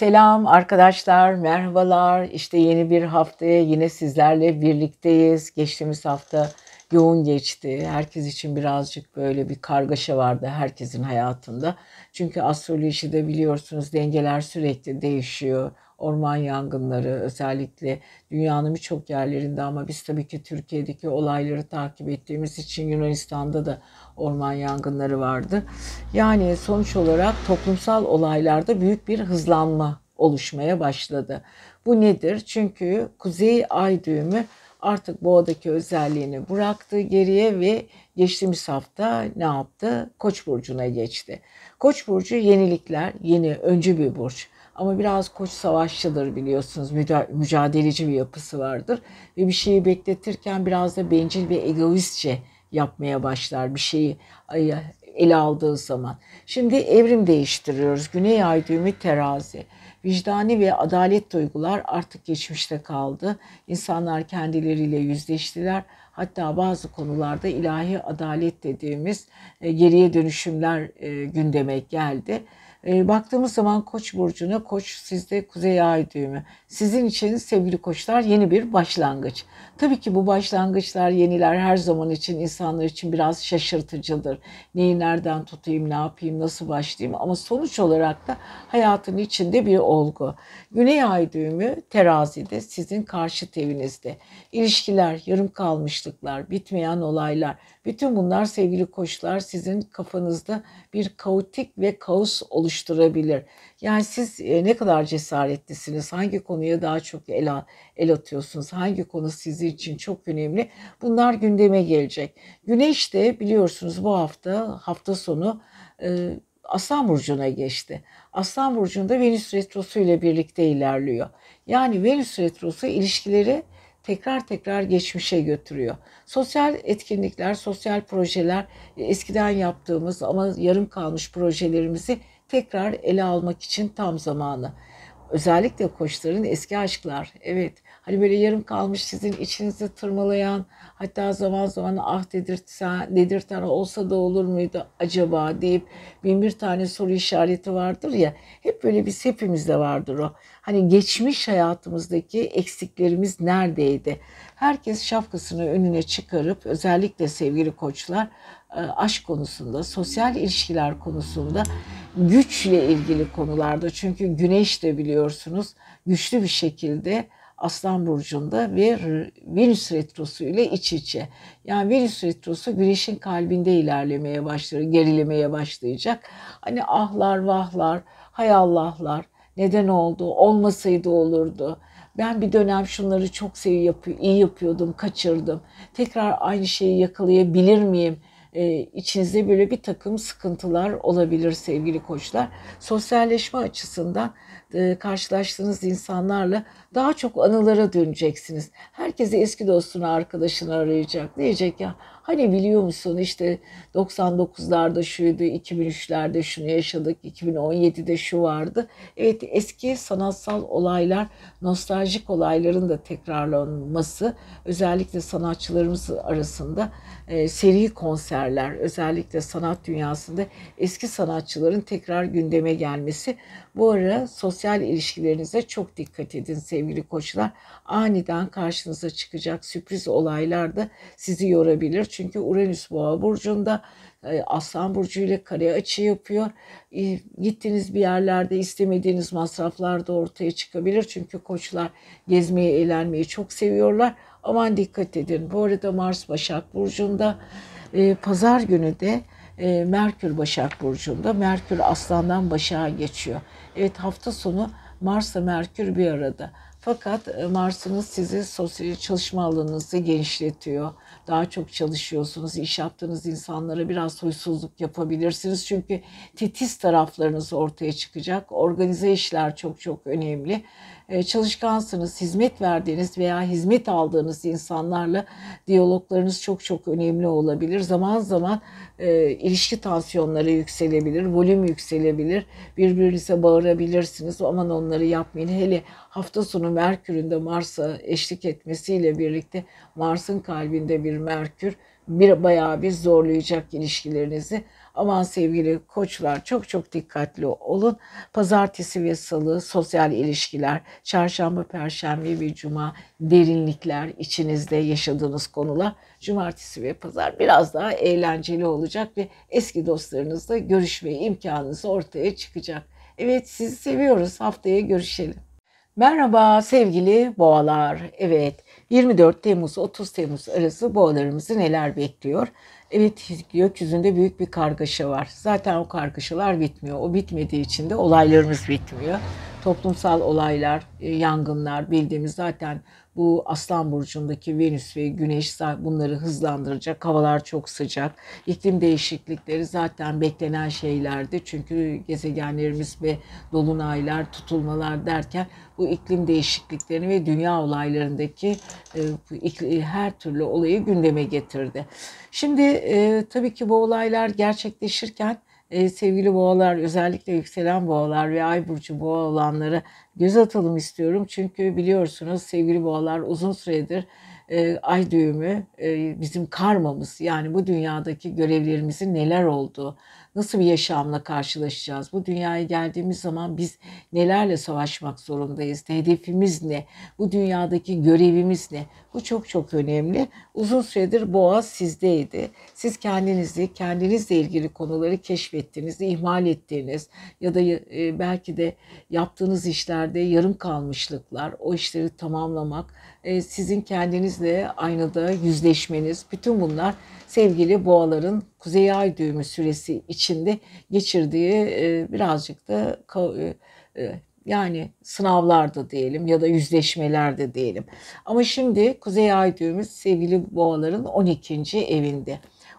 Selam arkadaşlar, merhabalar. İşte yeni bir haftaya yine sizlerle birlikteyiz. Geçtiğimiz hafta yoğun geçti. Herkes için birazcık böyle bir kargaşa vardı herkesin hayatında. Çünkü astrolojide biliyorsunuz dengeler sürekli değişiyor. Orman yangınları özellikle dünyanın birçok yerlerinde ama biz tabii ki Türkiye'deki olayları takip ettiğimiz için Yunanistan'da da orman yangınları vardı. Yani sonuç olarak toplumsal olaylarda büyük bir hızlanma oluşmaya başladı. Bu nedir? Çünkü Kuzey Ay düğümü artık Boğa'daki özelliğini bıraktı geriye ve geçtiğimiz hafta ne yaptı? Koç burcuna geçti. Koç burcu yenilikler, yeni, öncü bir burç. Ama biraz koç savaşçıdır biliyorsunuz. Mücadeleci bir yapısı vardır. Ve bir şeyi bekletirken biraz da bencil ve egoistçe yapmaya başlar bir şeyi ele aldığı zaman. Şimdi evrim değiştiriyoruz. Güney ay düğümü terazi. Vicdani ve adalet duygular artık geçmişte kaldı. İnsanlar kendileriyle yüzleştiler. Hatta bazı konularda ilahi adalet dediğimiz geriye dönüşümler gündeme geldi. Baktığımız zaman Koç burcuna, Koç sizde Kuzey Ay düğümü. Sizin için sevgili Koçlar yeni bir başlangıç. Tabii ki bu başlangıçlar, yeniler her zaman için insanlar için biraz şaşırtıcıdır. Neyi nereden tutayım, ne yapayım, nasıl başlayayım ama sonuç olarak da hayatın içinde bir olgu. Güney Ay düğümü terazide sizin karşıt evinizde. İlişkiler, yarım kalmışlıklar, bitmeyen olaylar, bütün bunlar sevgili Koçlar sizin kafanızda bir kaotik ve kaos oluşturabilir. Yani siz ne kadar cesaretlisiniz, hangi konuya daha çok el atıyorsunuz, hangi konu sizin için çok önemli, bunlar gündeme gelecek. Güneş de biliyorsunuz bu hafta sonu Aslan Burcu'na geçti. Aslan Burcu'nda Venüs Retrosu ile birlikte ilerliyor. Yani Venüs Retrosu ilişkileri tekrar tekrar geçmişe götürüyor. Sosyal etkinlikler, sosyal projeler, eskiden yaptığımız ama yarım kalmış projelerimizi tekrar ele almak için tam zamanı. Özellikle koçların eski aşklar. Evet. Hani böyle yarım kalmış sizin içinizi tırmalayan, hatta zaman zaman ah dedirten olsa da olur muydu acaba deyip bin bir tane soru işareti vardır ya. Hep böyle biz hepimizde vardır o. Hani geçmiş hayatımızdaki eksiklerimiz neredeydi? Herkes şapkasını önüne çıkarıp özellikle sevgili koçlar aşk konusunda, sosyal ilişkiler konusunda, güçle ilgili konularda çünkü Güneş de biliyorsunuz güçlü bir şekilde Aslan Burcu'nda ve Venüs Retrosu ile iç içe. Yani Venüs Retrosu Güneş'in kalbinde ilerlemeye başlar, gerilemeye başlayacak. Hani ahlar vahlar, hay Allah'lar, neden oldu, olmasaydı olurdu. Ben bir dönem şunları çok iyi yapıyordum, kaçırdım. Tekrar aynı şeyi yakalayabilir miyim? İçinizde böyle bir takım sıkıntılar olabilir sevgili koçlar. Sosyalleşme açısından karşılaştığınız insanlarla daha çok anılara döneceksiniz. Herkese eski dostunu, arkadaşını arayacak. Diyecek ya hani biliyor musun işte 99'larda şuydu, 2003'lerde şunu yaşadık, 2017'de şu vardı. Evet, eski sanatsal olaylar, nostaljik olayların da tekrarlanması özellikle sanatçılarımız arasında seri konserler, özellikle sanat dünyasında eski sanatçıların tekrar gündeme gelmesi. Bu ara sosyal ilişkilerinize çok dikkat edin sevgili koçlar. Aniden karşınıza çıkacak sürpriz olaylar da sizi yorabilir. Çünkü Uranüs Boğa burcunda, Aslan burcu ile kare açı yapıyor. Gittiğiniz bir yerlerde istemediğiniz masraflar da ortaya çıkabilir. Çünkü koçlar gezmeyi, eğlenmeyi çok seviyorlar. Aman dikkat edin. Bu arada Mars Başak Burcu'nda, pazar günü de Merkür Başak Burcu'nda. Merkür Aslan'dan Başak'a geçiyor. Evet, hafta sonu Mars'la Merkür bir arada. Fakat Mars'ınız sizi sosyal çalışma alanınızı genişletiyor. Daha çok çalışıyorsunuz. İş yaptığınız insanlara biraz huysuzluk yapabilirsiniz. Çünkü titiz taraflarınız ortaya çıkacak. Organize işler çok çok önemli. Çalışkansınız, hizmet verdiğiniz veya hizmet aldığınız insanlarla diyaloglarınız çok çok önemli olabilir. Zaman zaman ilişki tansiyonları yükselebilir, volüm yükselebilir, birbirinize bağırabilirsiniz. Aman onları yapmayın. Hele hafta sonu Merkür'ün de Mars'a eşlik etmesiyle birlikte Mars'ın kalbinde bir Merkür bayağı bir zorlayacak ilişkilerinizi. Aman sevgili koçlar, çok çok dikkatli olun. Pazartesi ve salı sosyal ilişkiler, çarşamba, perşembe ve cuma derinlikler, içinizde yaşadığınız konular. Cumartesi ve pazar biraz daha eğlenceli olacak ve eski dostlarınızla görüşme imkanınız ortaya çıkacak. Evet, sizi seviyoruz. Haftaya görüşelim. Merhaba sevgili boğalar. Evet, 24 Temmuz 30 Temmuz arası boğalarımızı neler bekliyor? Evet, gökyüzünde büyük bir kargaşa var. Zaten o kargaşalar bitmiyor. O bitmediği için de olaylarımız bitmiyor. Toplumsal olaylar, yangınlar bildiğimiz zaten bu Aslan Burcu'ndaki Venüs ve Güneş bunları hızlandıracak. Havalar çok sıcak. İklim değişiklikleri zaten beklenen şeylerdi. Çünkü gezegenlerimiz ve dolunaylar, tutulmalar derken bu iklim değişikliklerini ve dünya olaylarındaki her türlü olayı gündeme getirdi. Şimdi tabii ki bu olaylar gerçekleşirken sevgili boğalar, özellikle yükselen boğalar ve ay burcu boğa olanlara göz atalım istiyorum. Çünkü biliyorsunuz sevgili boğalar, uzun süredir ay düğümü bizim karmamız, yani bu dünyadaki görevlerimizin neler olduğu, nasıl bir yaşamla karşılaşacağız, bu dünyaya geldiğimiz zaman biz nelerle savaşmak zorundayız, hedefimiz ne, bu dünyadaki görevimiz ne, bu çok çok önemli. Uzun süredir boğa sizdeydi. Siz kendinizi, kendinizle ilgili konuları keşfettiğiniz, ihmal ettiğiniz ya da belki de yaptığınız işlerde yarım kalmışlıklar, o işleri tamamlamak, sizin kendinizle aynada yüzleşmeniz, bütün bunlar sevgili boğaların Kuzey Ay düğümü süresi içinde geçirdiği birazcık da yani sınavlarda diyelim ya da yüzleşmelerde diyelim. Ama şimdi Kuzey Ay düğümü sevgili boğaların 12. evinde.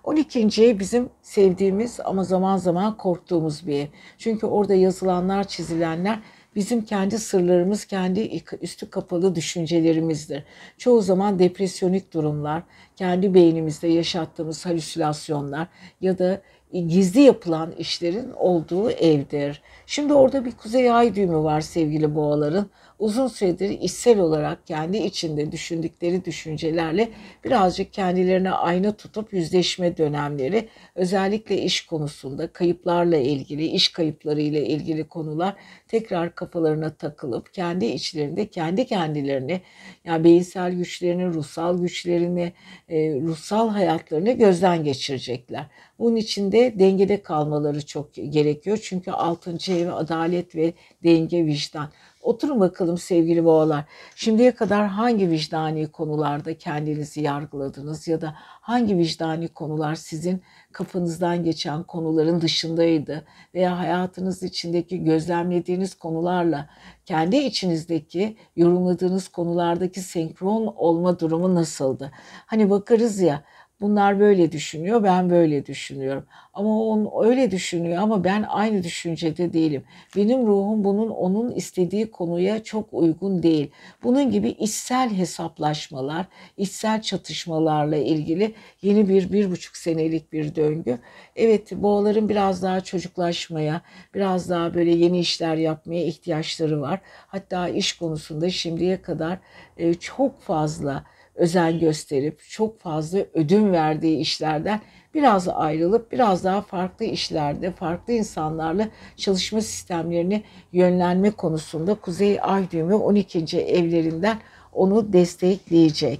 12. ev bizim sevdiğimiz ama zaman zaman korktuğumuz bir ev. Çünkü orada yazılanlar, çizilenler bizim kendi sırlarımız, kendi üstü kapalı düşüncelerimizdir. Çoğu zaman depresyonik durumlar, kendi beynimizde yaşattığımız halüsinasyonlar ya da gizli yapılan işlerin olduğu evdir. Şimdi orada bir kuzey ay düğümü var sevgili boğaların. Uzun süredir içsel olarak kendi içinde düşündükleri düşüncelerle birazcık kendilerine ayna tutup yüzleşme dönemleri, özellikle iş konusunda kayıplarla ilgili, iş kayıpları ile ilgili konular tekrar kafalarına takılıp kendi içlerinde kendi kendilerini, yani beyinsel güçlerini, ruhsal güçlerini, ruhsal hayatlarını gözden geçirecekler. Bunun için de dengede kalmaları çok gerekiyor. Çünkü 6. ev adalet ve denge, vicdan. Oturun bakalım sevgili boğalar. Şimdiye kadar hangi vicdani konularda kendinizi yargıladınız ya da hangi vicdani konular sizin kafanızdan geçen konuların dışındaydı veya hayatınız içindeki gözlemlediğiniz konularla kendi içinizdeki yorumladığınız konulardaki senkron olma durumu nasıldı? Hani bakarız ya, bunlar böyle düşünüyor, ben böyle düşünüyorum. Ama o öyle düşünüyor ama ben aynı düşüncede değilim. Benim ruhum onun istediği konuya çok uygun değil. Bunun gibi içsel hesaplaşmalar, içsel çatışmalarla ilgili yeni bir buçuk senelik bir döngü. Evet, boğaların biraz daha çocuklaşmaya, biraz daha böyle yeni işler yapmaya ihtiyaçları var. Hatta iş konusunda şimdiye kadar çok fazla özen gösterip çok fazla ödün verdiği işlerden biraz ayrılıp biraz daha farklı işlerde, farklı insanlarla çalışma sistemlerini yönlenme konusunda Kuzey Ay düğümü 12. evlerinden onu destekleyecek.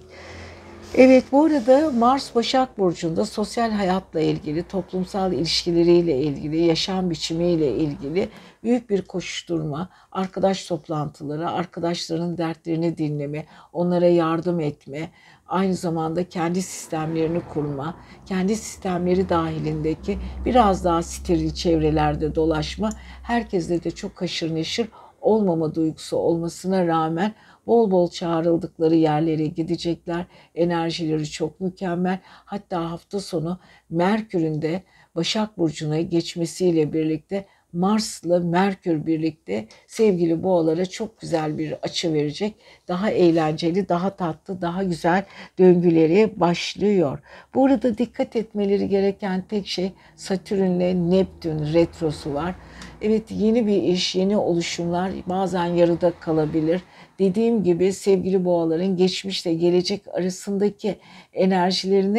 Evet, bu arada Mars Başak Burcu'nda sosyal hayatla ilgili, toplumsal ilişkileriyle ilgili, yaşam biçimiyle ilgili büyük bir koşuşturma, arkadaş toplantıları, arkadaşlarının dertlerini dinleme, onlara yardım etme, aynı zamanda kendi sistemlerini kurma, kendi sistemleri dahilindeki biraz daha steril çevrelerde dolaşma, herkesle de çok haşır neşir olmama duygusu olmasına rağmen bol bol çağrıldıkları yerlere gidecekler. Enerjileri çok mükemmel. Hatta hafta sonu Merkür'ün de Başak Burcu'na geçmesiyle birlikte Mars'la Merkür birlikte sevgili boğalara çok güzel bir açı verecek. Daha eğlenceli, daha tatlı, daha güzel döngüleri başlıyor. Bu arada dikkat etmeleri gereken tek şey Satürn'le Neptün retrosu var. Evet, yeni bir iş, yeni oluşumlar bazen yarıda kalabilir. Dediğim gibi sevgili boğaların geçmişle gelecek arasındaki enerjilerini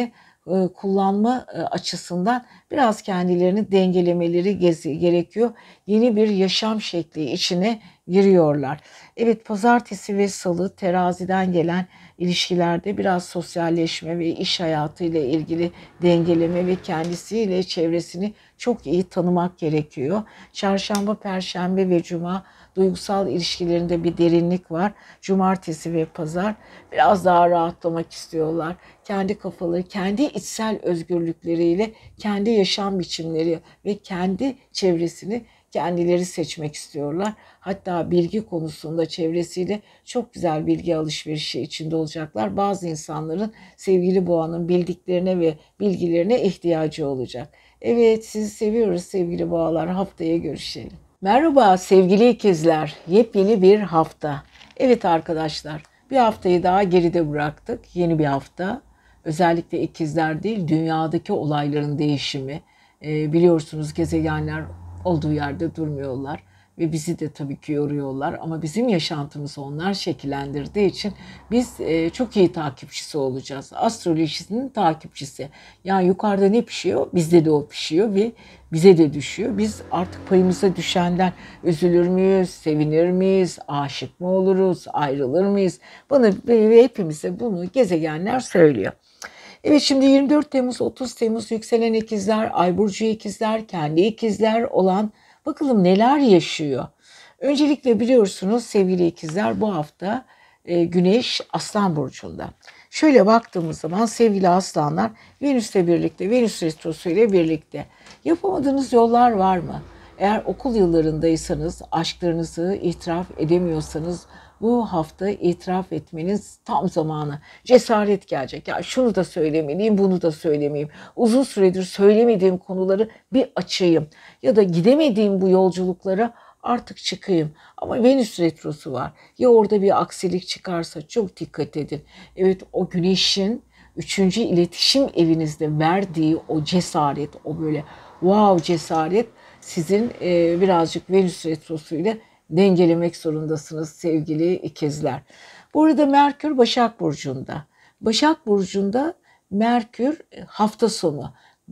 kullanma açısından biraz kendilerini dengelemeleri gerekiyor. Yeni bir yaşam şekli içine giriyorlar. Evet, pazartesi ve salı teraziden gelen ilişkilerde biraz sosyalleşme ve iş hayatıyla ilgili dengeleme ve kendisiyle çevresini çok iyi tanımak gerekiyor. Çarşamba, perşembe ve cuma duygusal ilişkilerinde bir derinlik var. Cumartesi ve pazar biraz daha rahatlamak istiyorlar. Kendi kafaları, kendi içsel özgürlükleriyle kendi yaşam biçimleri ve kendi çevresini kendileri seçmek istiyorlar. Hatta bilgi konusunda çevresiyle çok güzel bilgi alışverişi içinde olacaklar. Bazı insanların sevgili boğanın bildiklerine ve bilgilerine ihtiyacı olacak. Evet, sizi seviyoruz sevgili boğalar. Haftaya görüşelim. Merhaba sevgili ikizler. Yepyeni bir hafta. Evet arkadaşlar, bir haftayı daha geride bıraktık. Yeni bir hafta. Özellikle ikizler değil, dünyadaki olayların değişimi. Biliyorsunuz gezegenler olduğu yerde durmuyorlar ve bizi de tabii ki yoruyorlar, ama bizim yaşantımızı onlar şekillendirdiği için biz çok iyi takipçisi olacağız. Astrolojisinin takipçisi. Yani yukarıda ne pişiyor? Bizde de o pişiyor ve bize de düşüyor. Biz artık payımıza düşenden üzülür müyüz, sevinir miyiz, aşık mı oluruz, ayrılır mıyız? Bana ve hepimize bunu gezegenler söylüyor. Evet, şimdi 24 Temmuz 30 Temmuz yükselen ikizler, ay burcu ikizler, kendi ikizler olan bakalım neler yaşıyor. Öncelikle biliyorsunuz sevgili ikizler, bu hafta Güneş Aslan burcunda. Şöyle baktığımız zaman sevgili aslanlar, Venüs'le birlikte, Venüs retrosu ile birlikte yapamadığınız yollar var mı? Eğer okul yıllarındaysanız, aşklarınızı itiraf edemiyorsanız, bu hafta itiraf etmeniz tam zamanı. Cesaret gelecek. Ya şunu da söylemeliyim, bunu da söylemeyeyim. Uzun süredir söylemediğim konuları bir açayım. Ya da gidemediğim bu yolculuklara artık çıkayım. Ama Venüs retrosu var. Ya orada bir aksilik çıkarsa çok dikkat edin. Evet, o güneşin 3. iletişim evinizde verdiği o cesaret, o böyle wow cesaret sizin birazcık Venüs retrosu ile dengelemek zorundasınız sevgili ikizler. Bu arada Merkür Başak Burcu'nda. Başak Burcu'nda Merkür hafta sonu.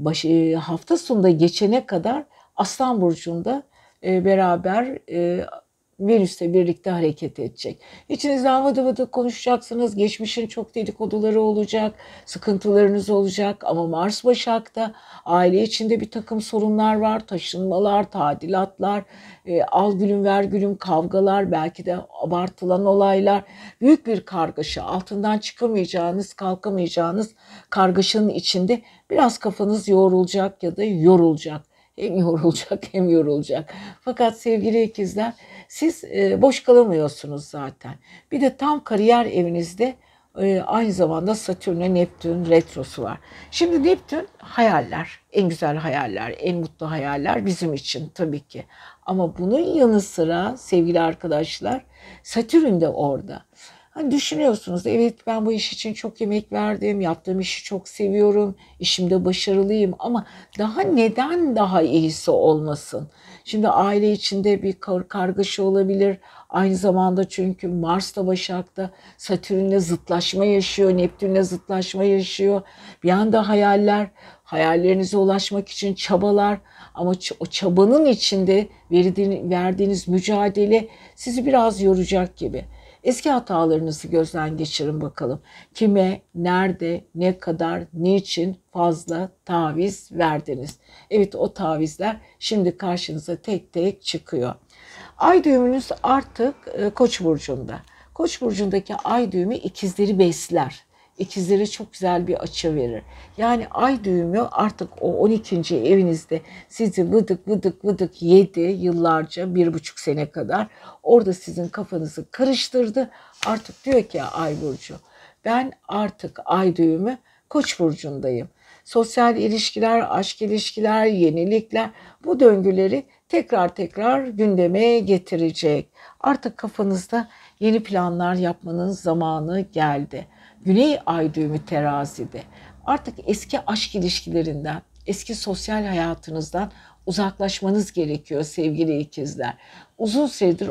Hafta sonunda geçene kadar Aslan Burcu'nda beraber Venüs'le birlikte hareket edecek. İçinizden vıdı vıdı konuşacaksınız. Geçmişin çok dedikoduları olacak. Sıkıntılarınız olacak. Ama Mars Başak'ta aile içinde bir takım sorunlar var. Taşınmalar, tadilatlar, al gülüm ver gülüm kavgalar, belki de abartılan olaylar. Büyük bir kargaşa. Altından çıkamayacağınız, kalkamayacağınız kargaşanın içinde biraz kafanız yoğrulacak ya da yorulacak. Hem yorulacak hem yorulacak. Fakat sevgili ikizler, siz boş kalamıyorsunuz zaten. Bir de tam kariyer evinizde aynı zamanda Satürn'e Neptün retrosu var. Şimdi Neptün hayaller, en güzel hayaller, en mutlu hayaller bizim için tabii ki. Ama bunun yanı sıra sevgili arkadaşlar, Satürn de orada. Hani düşünüyorsunuz, evet ben bu iş için çok emek verdim, yaptığım işi çok seviyorum, işimde başarılıyım, ama neden daha iyisi olmasın? Şimdi aile içinde bir kargaşa olabilir. Aynı zamanda çünkü Mars da Başak'ta, Satürn'le zıtlaşma yaşıyor, Neptün'le zıtlaşma yaşıyor. Bir anda hayaller, hayallerinize ulaşmak için çabalar, ama o çabanın içinde verdiğiniz mücadele sizi biraz yoracak gibi. Eski hatalarınızı gözden geçirin bakalım. Kime, nerede, ne kadar, niçin fazla taviz verdiniz? Evet, o tavizler şimdi karşınıza tek tek çıkıyor. Ay düğümünüz artık Koç burcunda. Koç burcundaki ay düğümü ikizleri besler. İkizlere çok güzel bir açı verir. Yani ay düğümü artık o 12. evinizde sizi vıdık vıdık vıdık yedi yıllarca, 1,5 sene kadar. Orada sizin kafanızı karıştırdı. Artık diyor ki ay burcu, ben artık ay düğümü Koç burcundayım. Sosyal ilişkiler, aşk ilişkiler, yenilikler, bu döngüleri tekrar gündeme getirecek. Artık kafanızda yeni planlar yapmanın zamanı geldi. Güney ay düğümü terazide. Artık eski aşk ilişkilerinden, eski sosyal hayatınızdan uzaklaşmanız gerekiyor sevgili ikizler. Uzun süredir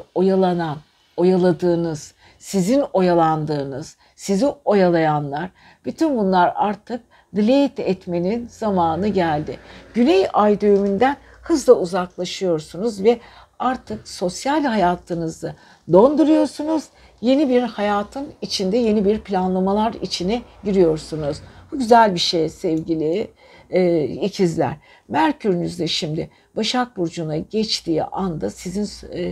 oyaladığınız, sizin oyalandığınız, sizi oyalayanlar, bütün bunlar artık delete etmenin zamanı geldi. Güney ay düğümünden hızla uzaklaşıyorsunuz ve artık sosyal hayatınızı donduruyorsunuz. Yeni bir hayatın içinde yeni bir planlamalar içine giriyorsunuz. Bu güzel bir şey sevgili ikizler. Merkür'ünüz de şimdi Başak Burcu'na geçtiği anda sizin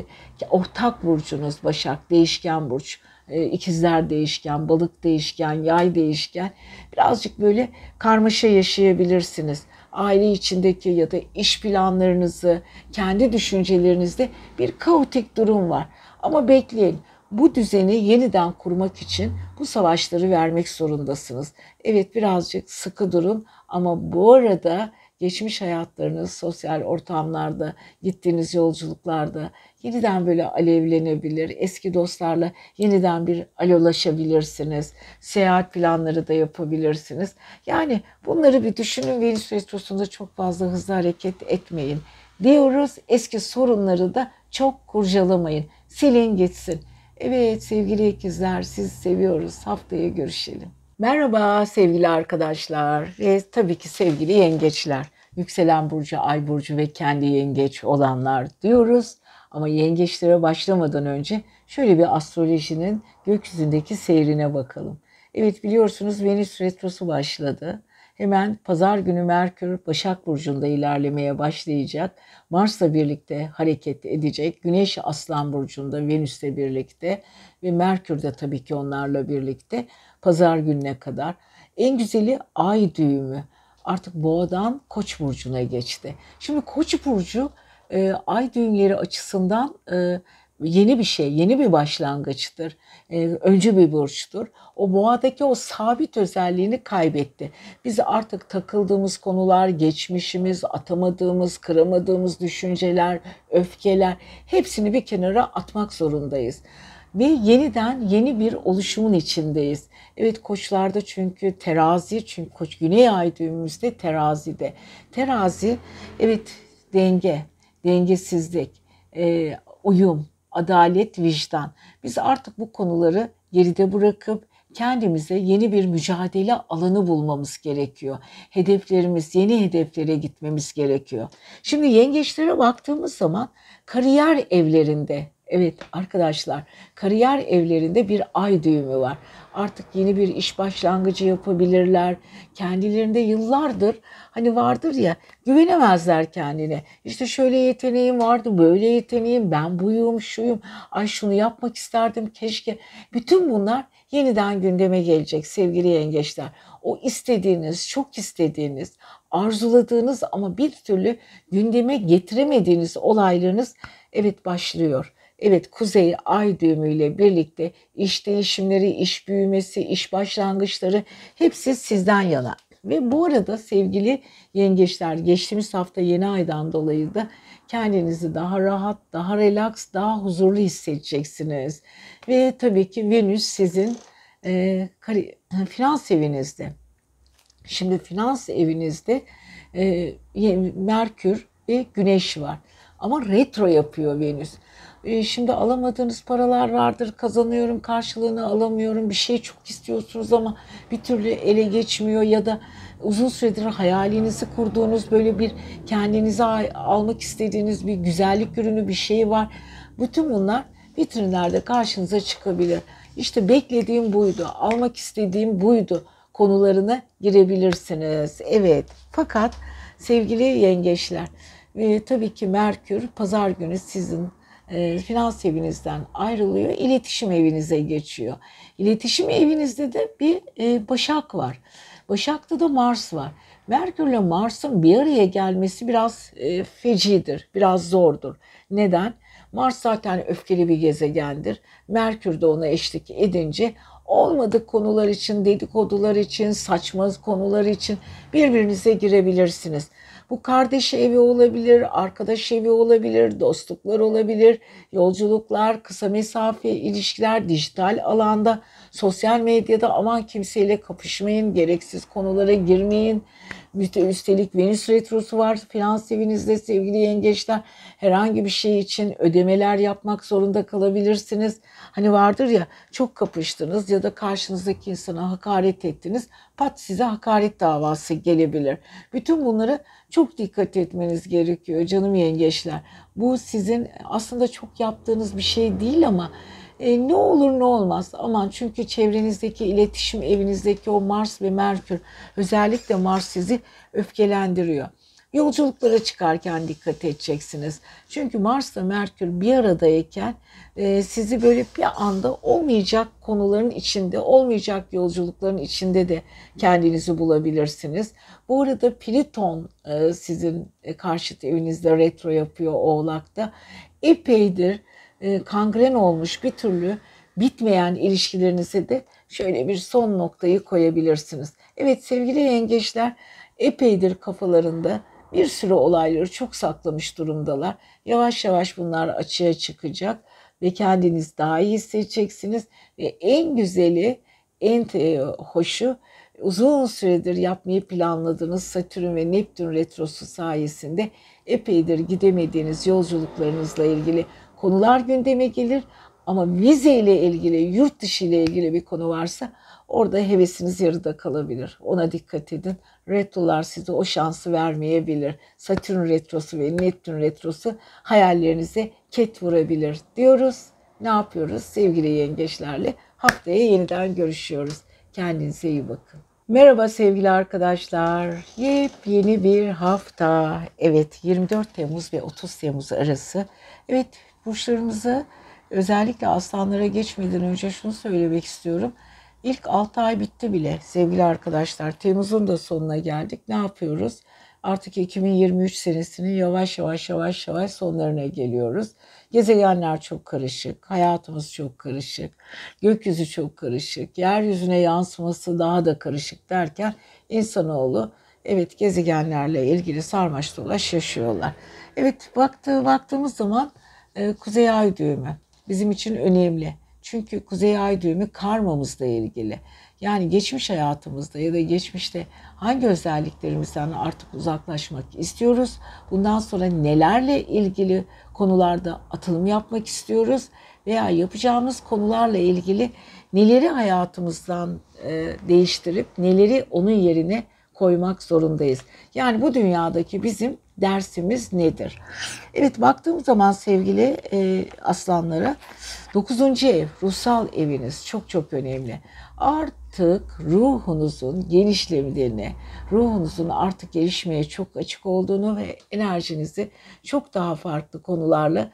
ortak burcunuz Başak, değişken burç. İkizler değişken, balık değişken, yay değişken. Birazcık böyle karmaşa yaşayabilirsiniz. Aile içindeki ya da iş planlarınızı, kendi düşüncelerinizde bir kaotik durum var. Ama bekleyin. Bu düzeni yeniden kurmak için bu savaşları vermek zorundasınız. Evet, birazcık sıkı durun ama bu arada geçmiş hayatlarınız, sosyal ortamlarda, gittiğiniz yolculuklarda yeniden böyle alevlenebilir. Eski dostlarla yeniden bir alolaşabilirsiniz. Seyahat planları da yapabilirsiniz. Yani bunları bir düşünün. Venüs Retrosu'nda çok fazla hızlı hareket etmeyin diyoruz. Eski sorunları da çok kurcalamayın. Silin gitsin. Evet sevgili ikizler, sizi seviyoruz. Haftaya görüşelim. Merhaba sevgili arkadaşlar ve tabii ki sevgili yengeçler. Yükselen burcu, ay burcu ve kendi yengeç olanlar diyoruz. Ama yengeçlere başlamadan önce şöyle bir astrolojinin gökyüzündeki seyrine bakalım. Evet, biliyorsunuz Venüs retrosu başladı. Hemen pazar günü Merkür Başak Burcu'nda ilerlemeye başlayacak. Mars'la birlikte hareket edecek. Güneş Aslan Burcu'nda Venüs'le birlikte ve Merkür de tabii ki onlarla birlikte pazar gününe kadar. En güzeli ay düğümü. Artık Boğa'dan Koç burcuna geçti. Şimdi Koç burcu ay düğümleri açısından yeni bir şey, yeni bir başlangıçtır. Öncü bir burçtur. O Boğa'daki o sabit özelliğini kaybetti. Biz artık takıldığımız konular, geçmişimiz, atamadığımız, kıramadığımız düşünceler, öfkeler hepsini bir kenara atmak zorundayız. Ve yeniden yeni bir oluşumun içindeyiz. Evet, koçlarda çünkü terazi, çünkü koç güney ay düğümümüzde terazide. Terazi, evet, denge, dengesizlik, uyum, adalet, vicdan. Biz artık bu konuları geride bırakıp kendimize yeni bir mücadele alanı bulmamız gerekiyor. Hedeflerimiz, yeni hedeflere gitmemiz gerekiyor. Şimdi yengeçlere baktığımız zaman kariyer evlerinde, evet arkadaşlar, kariyer evlerinde bir ay düğümü var. Artık yeni bir iş başlangıcı yapabilirler. Kendilerinde yıllardır hani vardır ya, güvenemezler kendine. İşte şöyle yeteneğim vardı, böyle yeteneğim, ben buyum, şuyum, ay şunu yapmak isterdim keşke. Bütün bunlar yeniden gündeme gelecek sevgili yengeçler. O istediğiniz, çok istediğiniz, arzuladığınız ama bir türlü gündeme getiremediğiniz olaylarınız evet başlıyor. Evet, Kuzey Ay düğümüyle birlikte iş değişimleri, iş büyümesi, iş başlangıçları hepsi sizden yana. Ve bu arada sevgili yengeçler, geçtiğimiz hafta yeni aydan dolayı da kendinizi daha rahat, daha relax, daha huzurlu hissedeceksiniz. Ve tabii ki Venüs sizin finans evinizde. Şimdi finans evinizde Merkür ve Güneş var. Ama retro yapıyor Venüs. Şimdi alamadığınız paralar vardır, kazanıyorum, karşılığını alamıyorum, bir şey çok istiyorsunuz ama bir türlü ele geçmiyor ya da uzun süredir hayalinizi kurduğunuz böyle bir kendinize almak istediğiniz bir güzellik ürünü, bir şey var. Bütün bunlar vitrinlerde karşınıza çıkabilir. İşte beklediğim buydu, almak istediğim buydu konularına girebilirsiniz. Evet, fakat sevgili yengeçler, tabii ki Merkür pazar günü sizin finans evinizden ayrılıyor, iletişim evinize geçiyor. İletişim evinizde de bir Başak var. Başak'ta da Mars var. Merkürle Mars'ın bir araya gelmesi biraz fecidir, biraz zordur. Neden? Mars zaten öfkeli bir gezegendir. Merkür de ona eşlik edince olmadık konular için, dedikodular için, saçma konular için birbirinize girebilirsiniz. Bu kardeş evi olabilir, arkadaş evi olabilir, dostluklar olabilir, yolculuklar, kısa mesafe ilişkiler, dijital alanda, sosyal medyada aman kimseyle kapışmayın, gereksiz konulara girmeyin. Üstelik Venüs retrosu var finans evinizde sevgili yengeçler. Herhangi bir şey için ödemeler yapmak zorunda kalabilirsiniz. Hani vardır ya, çok kapıştınız ya da karşınızdaki insana hakaret ettiniz. Pat, size hakaret davası gelebilir. Bütün bunları çok dikkat etmeniz gerekiyor canım yengeçler. Bu sizin aslında çok yaptığınız bir şey değil ama ne olur ne olmaz aman, çünkü çevrenizdeki iletişim evinizdeki o Mars ve Merkür, özellikle Mars sizi öfkelendiriyor. Yolculuklara çıkarken dikkat edeceksiniz. Çünkü Mars ve Merkür bir aradayken sizi böyle bir anda olmayacak konuların içinde, olmayacak yolculukların içinde de kendinizi bulabilirsiniz. Bu arada Plüton sizin karşıt evinizde retro yapıyor Oğlak'ta. Epeydir kangren olmuş, bir türlü bitmeyen ilişkilerinize de şöyle bir son noktayı koyabilirsiniz. Evet sevgili yengeçler, epeydir kafalarında bir sürü olayları çok saklamış durumdalar. Yavaş yavaş bunlar açığa çıkacak ve kendiniz daha iyi hissedeceksiniz. Ve en güzeli, en hoşu, uzun süredir yapmayı planladığınız Satürn ve Neptün retrosu sayesinde epeydir gidemediğiniz yolculuklarınızla ilgili konular gündeme gelir. Ama vize ile ilgili, yurt dışı ile ilgili bir konu varsa orada hevesiniz yarıda kalabilir. Ona dikkat edin. Retrolar size o şansı vermeyebilir. Satürn retrosu ve Neptün retrosu hayallerinize ket vurabilir diyoruz. Ne yapıyoruz? Sevgili yengeçlerle haftaya yeniden görüşüyoruz. Kendinize iyi bakın. Merhaba sevgili arkadaşlar. Yepyeni bir hafta. Evet, 24 Temmuz ve 30 Temmuz arası. Evet, burçlarımızı, özellikle aslanlara geçmeden önce şunu söylemek istiyorum. İlk 6 ay bitti bile sevgili arkadaşlar. Temmuz'un da sonuna geldik. Ne yapıyoruz? Artık 2023 senesinin yavaş yavaş sonlarına geliyoruz. Gezegenler çok karışık, hayatımız çok karışık, gökyüzü çok karışık, yeryüzüne yansıması daha da karışık derken insanoğlu, evet, gezegenlerle ilgili sarmaş dolaş yaşıyorlar. Evet, baktığımız zaman Kuzey Ay düğümü bizim için önemli. Çünkü Kuzey Ay düğümü karmamızla ilgili. Yani geçmiş hayatımızda ya da geçmişte hangi özelliklerimizden artık uzaklaşmak istiyoruz? Bundan sonra nelerle ilgili konularda atılım yapmak istiyoruz? Veya yapacağımız konularla ilgili neleri hayatımızdan değiştirip neleri onun yerine koymak zorundayız? Yani bu dünyadaki bizim dersimiz nedir? Evet, baktığım zaman sevgili aslanlara, 9. ev, ruhsal eviniz çok önemli. Artık ruhunuzun genişlediğini, ruhunuzun artık gelişmeye çok açık olduğunu ve enerjinizi çok daha farklı konularla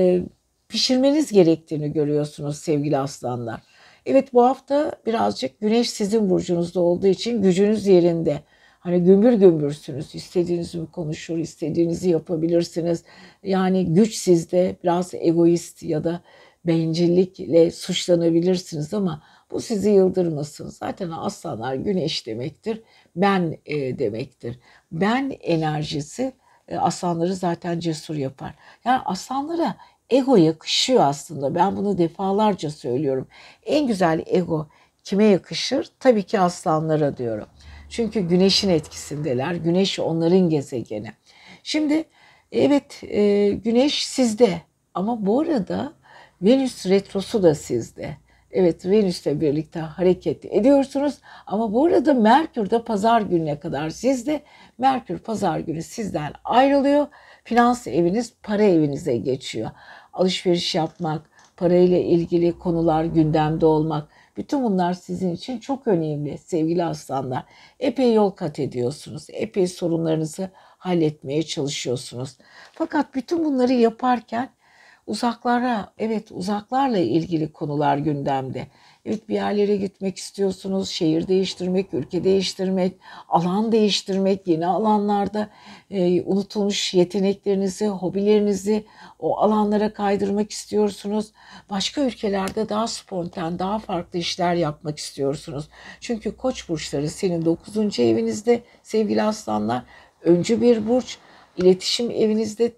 pişirmeniz gerektiğini görüyorsunuz sevgili aslanlar. Evet, bu hafta birazcık Güneş sizin burcunuzda olduğu için gücünüz yerinde. Hani gümbür gümbürsünüz. İstediğinizi konuşur, istediğinizi yapabilirsiniz. Yani güç sizde, biraz egoist ya da bencillikle suçlanabilirsiniz ama bu sizi yıldırmasın. Zaten aslanlar güneş demektir, ben demektir. Ben enerjisi aslanları zaten cesur yapar. Yani aslanlara ego yakışıyor aslında. Ben bunu defalarca söylüyorum. En güzel ego kime yakışır? Tabii ki aslanlara diyorum. Çünkü güneşin etkisindeler. Güneş onların gezegeni. Şimdi evet, güneş sizde ama bu arada Venüs retrosu da sizde. Evet, Venüs'le birlikte hareket ediyorsunuz ama bu arada Merkür de pazar gününe kadar sizde. Merkür pazar günü sizden ayrılıyor. Finans eviniz para evinize geçiyor. Alışveriş yapmak, parayla ilgili konular gündemde olmak, bütün bunlar sizin için çok önemli sevgili aslanlar. Epey yol kat ediyorsunuz. Epey sorunlarınızı halletmeye çalışıyorsunuz. Fakat bütün bunları yaparken uzaklarla ilgili konular gündemde. Evet, bir yerlere gitmek istiyorsunuz, şehir değiştirmek, ülke değiştirmek, alan değiştirmek, yeni alanlarda unutulmuş yeteneklerinizi, hobilerinizi o alanlara kaydırmak istiyorsunuz. Başka ülkelerde daha spontan, daha farklı işler yapmak istiyorsunuz. Çünkü Koç burçları senin 9. evinizde sevgili aslanlar, öncü bir burç. İletişim evinizde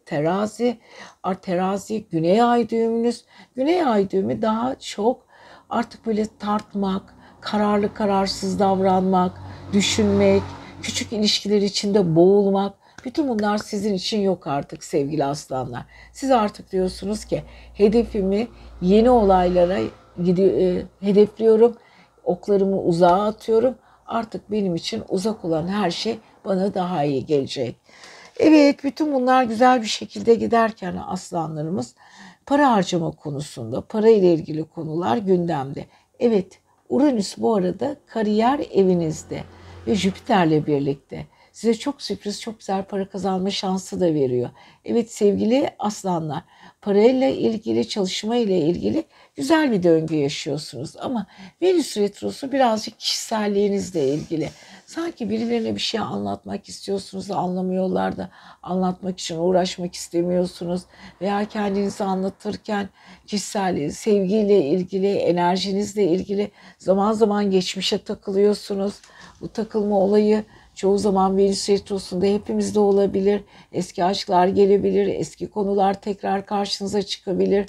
terazi güney ay düğümünüz. Güney ay düğümü daha çok artık böyle tartmak, kararlı kararsız davranmak, düşünmek, küçük ilişkiler içinde boğulmak, bütün bunlar sizin için yok artık sevgili aslanlar. Siz artık diyorsunuz ki hedefimi yeni olaylara hedefliyorum, oklarımı uzağa atıyorum. Artık benim için uzak olan her şey bana daha iyi gelecek. Evet, bütün bunlar güzel bir şekilde giderken aslanlarımız para harcama konusunda, para ile ilgili konular gündemde. Evet, Uranüs bu arada kariyer evinizde ve Jüpiter'le birlikte size çok sürpriz, çok güzel para kazanma şansı da veriyor. Evet sevgili aslanlar, parayla ilgili, çalışma ile ilgili güzel bir döngü yaşıyorsunuz. Ama Venüs Retrosu birazcık kişiselliğinizle ilgili. Sanki birilerine bir şey anlatmak istiyorsunuz da anlamıyorlar da anlatmak için uğraşmak istemiyorsunuz. Veya kendinizi anlatırken kişisel sevgiyle ilgili, enerjinizle ilgili zaman zaman geçmişe takılıyorsunuz. Bu takılma olayı çoğu zaman Venüs Retrosu'nda hepimizde olabilir. Eski aşklar gelebilir, eski konular tekrar karşınıza çıkabilir.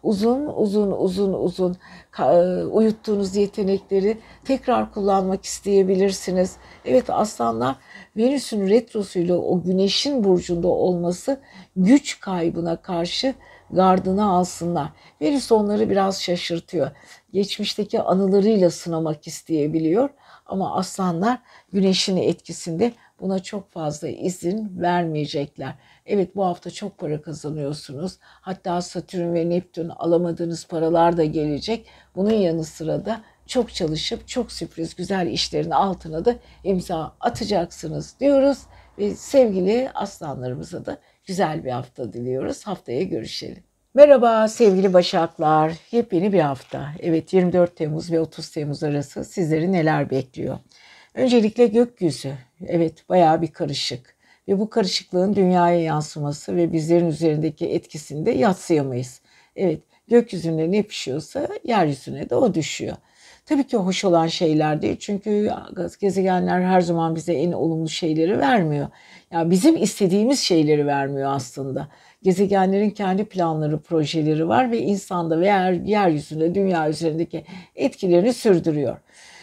Uzun uyuttuğunuz yetenekleri tekrar kullanmak isteyebilirsiniz. Evet aslanlar, Venüs'ün retrosuyla o Güneş'in burcunda olması güç kaybına karşı gardını alsınlar. Venüs onları biraz şaşırtıyor. Geçmişteki anılarıyla sınamak isteyebiliyor. Ama aslanlar Güneş'in etkisinde buna çok fazla izin vermeyecekler. Evet bu hafta çok para kazanıyorsunuz. Hatta Satürn ve Neptün alamadığınız paralar da gelecek. Bunun yanı sıra da çok çalışıp çok sürpriz güzel işlerin altına da imza atacaksınız diyoruz. Ve sevgili aslanlarımıza da güzel bir hafta diliyoruz. Haftaya görüşelim. Merhaba sevgili Başaklar. Yepyeni bir hafta. Evet 24 Temmuz ve 30 Temmuz arası sizleri neler bekliyor? Öncelikle gökyüzü. Evet bayağı bir karışık. Ve bu karışıklığın dünyaya yansıması ve bizlerin üzerindeki etkisini de yadsıyamayız. Evet gökyüzünde ne pişiyorsa yeryüzüne de o düşüyor. Tabii ki hoş olan şeyler değil. Çünkü gezegenler her zaman bize en olumlu şeyleri vermiyor. Yani bizim istediğimiz şeyleri vermiyor aslında. Gezegenlerin kendi planları, projeleri var ve insanda ve yeryüzünde, dünya üzerindeki etkilerini sürdürüyor.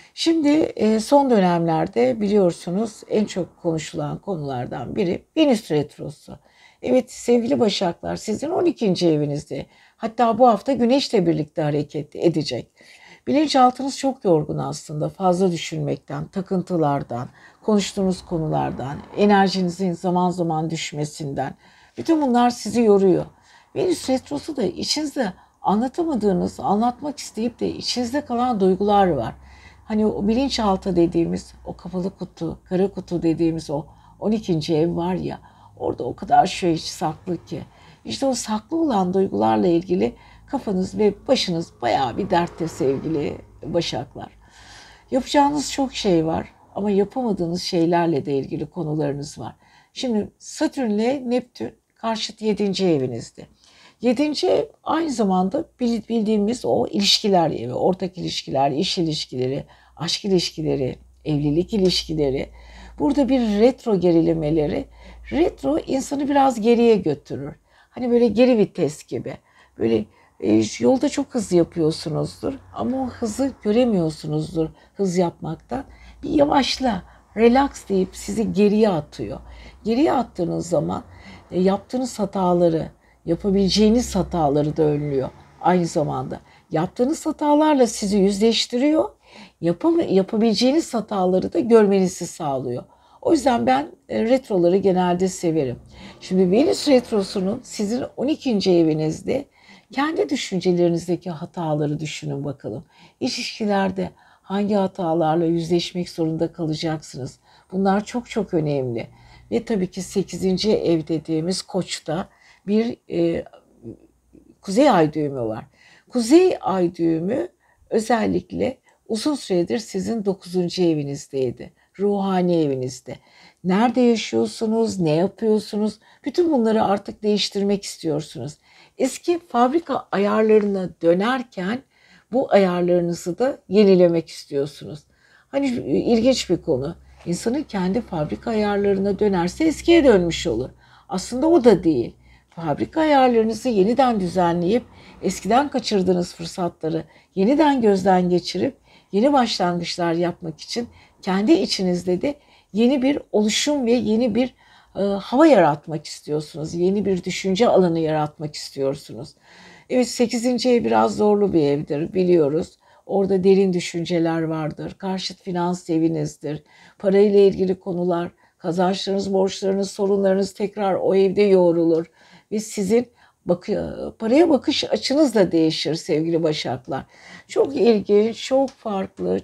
Şimdi son dönemlerde biliyorsunuz en çok konuşulan konulardan biri Venüs Retrosu. Evet sevgili Başaklar sizin 12. evinizde, hatta bu hafta Güneş'le birlikte hareket edecek. Bilinçaltınız çok yorgun aslında, fazla düşünmekten, takıntılardan, konuştuğunuz konulardan, enerjinizin zaman zaman düşmesinden. Bütün bunlar sizi yoruyor. Venüs Retrosu da içinizde anlatamadığınız, anlatmak isteyip de içinizde kalan duygular var. Hani o bilinçaltı dediğimiz, o kapalı kutu, kara kutu dediğimiz o 12. ev var ya, orada o kadar şey saklı ki. İşte o saklı olan duygularla ilgili kafanız ve başınız bayağı bir dertte sevgili Başaklar. Yapacağınız çok şey var ama yapamadığınız şeylerle de ilgili konularınız var. Şimdi Satürn'le Neptün karşıt 7. evinizde. 7. ev aynı zamanda bildiğimiz o ilişkiler evi, ortak ilişkiler, iş ilişkileri, aşk ilişkileri, evlilik ilişkileri. Burada bir retro gerilemeleri, retro insanı biraz geriye götürür. Hani böyle geri vites gibi. Böyle yolda çok hız yapıyorsunuzdur ama o hızı göremiyorsunuzdur hız yapmaktan. Bir yavaşla, relax deyip sizi geriye atıyor. Geriye attığınız zaman yaptığınız hataları, yapabileceğiniz hataları da önlüyor aynı zamanda. Yaptığınız hatalarla sizi yüzleştiriyor, yapabileceğiniz hataları da görmenizi sağlıyor. O yüzden ben retroları genelde severim. Şimdi Venüs retrosunun sizin 12. evinizde, kendi düşüncelerinizdeki hataları düşünün bakalım. İlişkilerde hangi hatalarla yüzleşmek zorunda kalacaksınız? Bunlar çok çok önemli. Ve tabii ki 8. ev dediğimiz Koç'ta bir kuzey ay düğümü var. Kuzey ay düğümü özellikle uzun süredir sizin 9. evinizdeydi. Ruhani evinizde. Nerede yaşıyorsunuz, ne yapıyorsunuz? Bütün bunları artık değiştirmek istiyorsunuz. Eski fabrika ayarlarına dönerken bu ayarlarınızı da yenilemek istiyorsunuz. Hani ilginç bir konu. İnsanın kendi fabrika ayarlarına dönerse eskiye dönmüş olur. Aslında o da değil. Fabrika ayarlarınızı yeniden düzenleyip eskiden kaçırdığınız fırsatları yeniden gözden geçirip yeni başlangıçlar yapmak için kendi içinizde de Yeni bir oluşum ve yeni bir hava yaratmak istiyorsunuz. Yeni bir düşünce alanı yaratmak istiyorsunuz. Evet, 8. ev biraz zorlu bir evdir, biliyoruz. Orada derin düşünceler vardır. Karşıt finans evinizdir. Parayla ilgili konular, kazançlarınız, borçlarınız, sorunlarınız tekrar o evde yoğrulur. Ve sizin paraya bakış açınız da değişir sevgili Başaklar. Çok ilginç, çok farklı,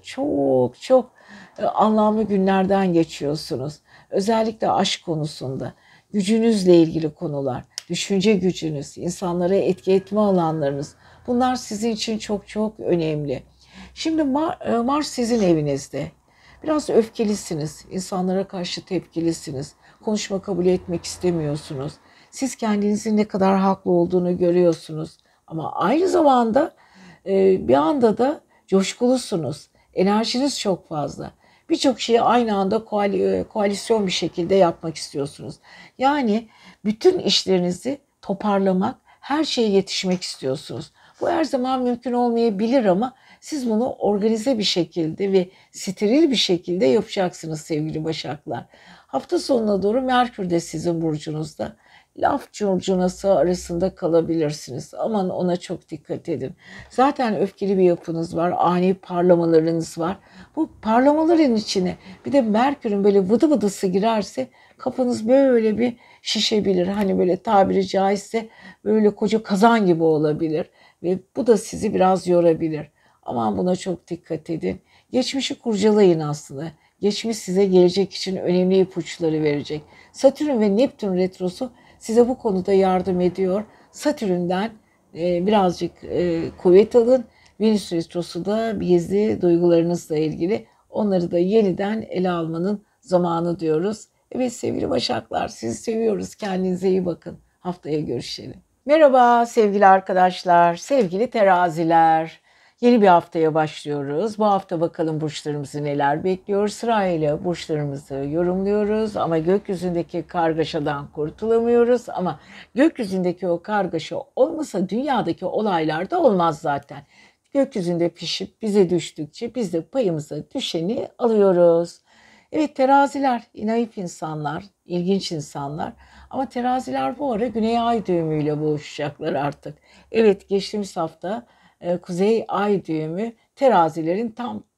çok anlamlı günlerden geçiyorsunuz. Özellikle aşk konusunda, gücünüzle ilgili konular, düşünce gücünüz, insanlara etki etme alanlarınız, bunlar sizin için çok önemli. Şimdi Mars sizin evinizde. Biraz öfkelisiniz, insanlara karşı tepkilisiniz, konuşma kabul etmek istemiyorsunuz. Siz kendinizin ne kadar haklı olduğunu görüyorsunuz. Ama aynı zamanda bir anda da coşkulusunuz. Enerjiniz çok fazla. Birçok şeyi aynı anda koalisyon bir şekilde yapmak istiyorsunuz. Yani bütün işlerinizi toparlamak, her şeye yetişmek istiyorsunuz. Bu her zaman mümkün olmayabilir ama siz bunu organize bir şekilde ve steril bir şekilde yapacaksınız sevgili Başaklar. Hafta sonuna doğru Merkür de sizin burcunuzda. Laf curcunası arasında kalabilirsiniz. Aman, ona çok dikkat edin. Zaten öfkeli bir yapınız var, ani parlamalarınız var. Bu parlamaların içine bir de Merkür'ün böyle vıdı vıdısı girerse kafanız böyle bir şişebilir. Hani böyle tabiri caizse böyle koca kazan gibi olabilir. Ve bu da sizi biraz yorabilir. Aman, buna çok dikkat edin. Geçmişi kurcalayın aslında. Geçmiş size gelecek için önemli ipuçları verecek. Satürn ve Neptün retrosu size bu konuda yardım ediyor. Satürn'den birazcık kuvvet alın. Venüs retrosu da gizli duygularınızla ilgili. Onları da yeniden ele almanın zamanı diyoruz. Evet sevgili Başaklar, sizi seviyoruz. Kendinize iyi bakın. Haftaya görüşelim. Merhaba sevgili arkadaşlar, sevgili teraziler. Yeni bir haftaya başlıyoruz. Bu hafta bakalım burçlarımızı neler bekliyor. Sırayla burçlarımızı yorumluyoruz ama gökyüzündeki kargaşadan kurtulamıyoruz. Ama gökyüzündeki o kargaşa olmasa dünyadaki olaylar da olmaz zaten. Gökyüzünde pişip bize düştükçe biz de payımıza düşeni alıyoruz. Evet teraziler, naif insanlar, ilginç insanlar. Ama teraziler bu ara Güney Ay düğümüyle boğuşacaklar artık. Evet, geçtiğimiz hafta Kuzey Ay düğümü terazilerin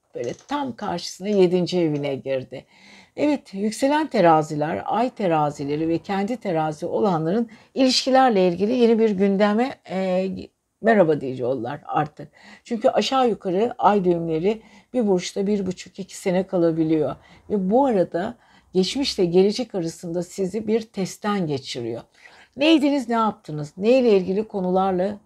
tam karşısına 7. evine girdi. Evet, yükselen teraziler, ay terazileri ve kendi terazi olanların ilişkilerle ilgili yeni bir gündeme merhaba diyecekler artık. Çünkü aşağı yukarı ay düğümleri bir burçta 1,5-2 sene kalabiliyor. Ve bu arada geçmişle gelecek arasında sizi bir testten geçiriyor. Neydiniz, ne yaptınız? Neyle ilgili konularla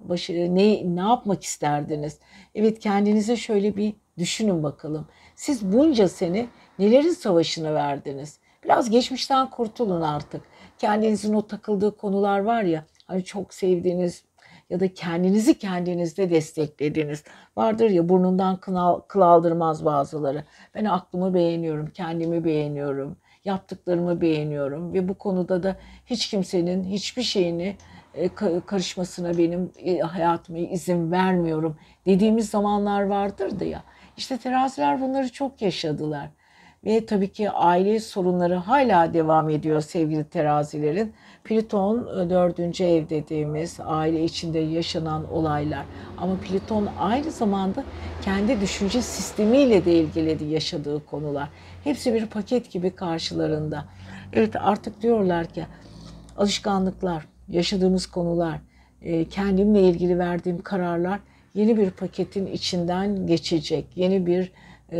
ne yapmak isterdiniz? Evet, kendinize şöyle bir düşünün bakalım. Siz bunca sene nelerin savaşını verdiniz? Biraz geçmişten kurtulun artık. Kendinizin o takıldığı konular var ya, hani çok sevdiğiniz ya da kendinizi kendinizde desteklediğiniz vardır ya, burnundan kıl aldırmaz bazıları. Ben aklımı beğeniyorum, kendimi beğeniyorum, yaptıklarımı beğeniyorum ve bu konuda da hiç kimsenin hiçbir şeyini karışmasına benim hayatıma izin vermiyorum dediğimiz zamanlar vardır ya. İşte teraziler bunları çok yaşadılar. Ve tabii ki aile sorunları hala devam ediyor sevgili terazilerin. Plüton 4. ev dediğimiz aile içinde yaşanan olaylar. Ama Plüton aynı zamanda kendi düşünce sistemiyle de ilgili yaşadığı konular. Hepsi bir paket gibi karşılarında. Evet, artık diyorlar ki alışkanlıklar, yaşadığımız konular, kendimle ilgili verdiğim kararlar yeni bir paketin içinden geçecek. Yeni bir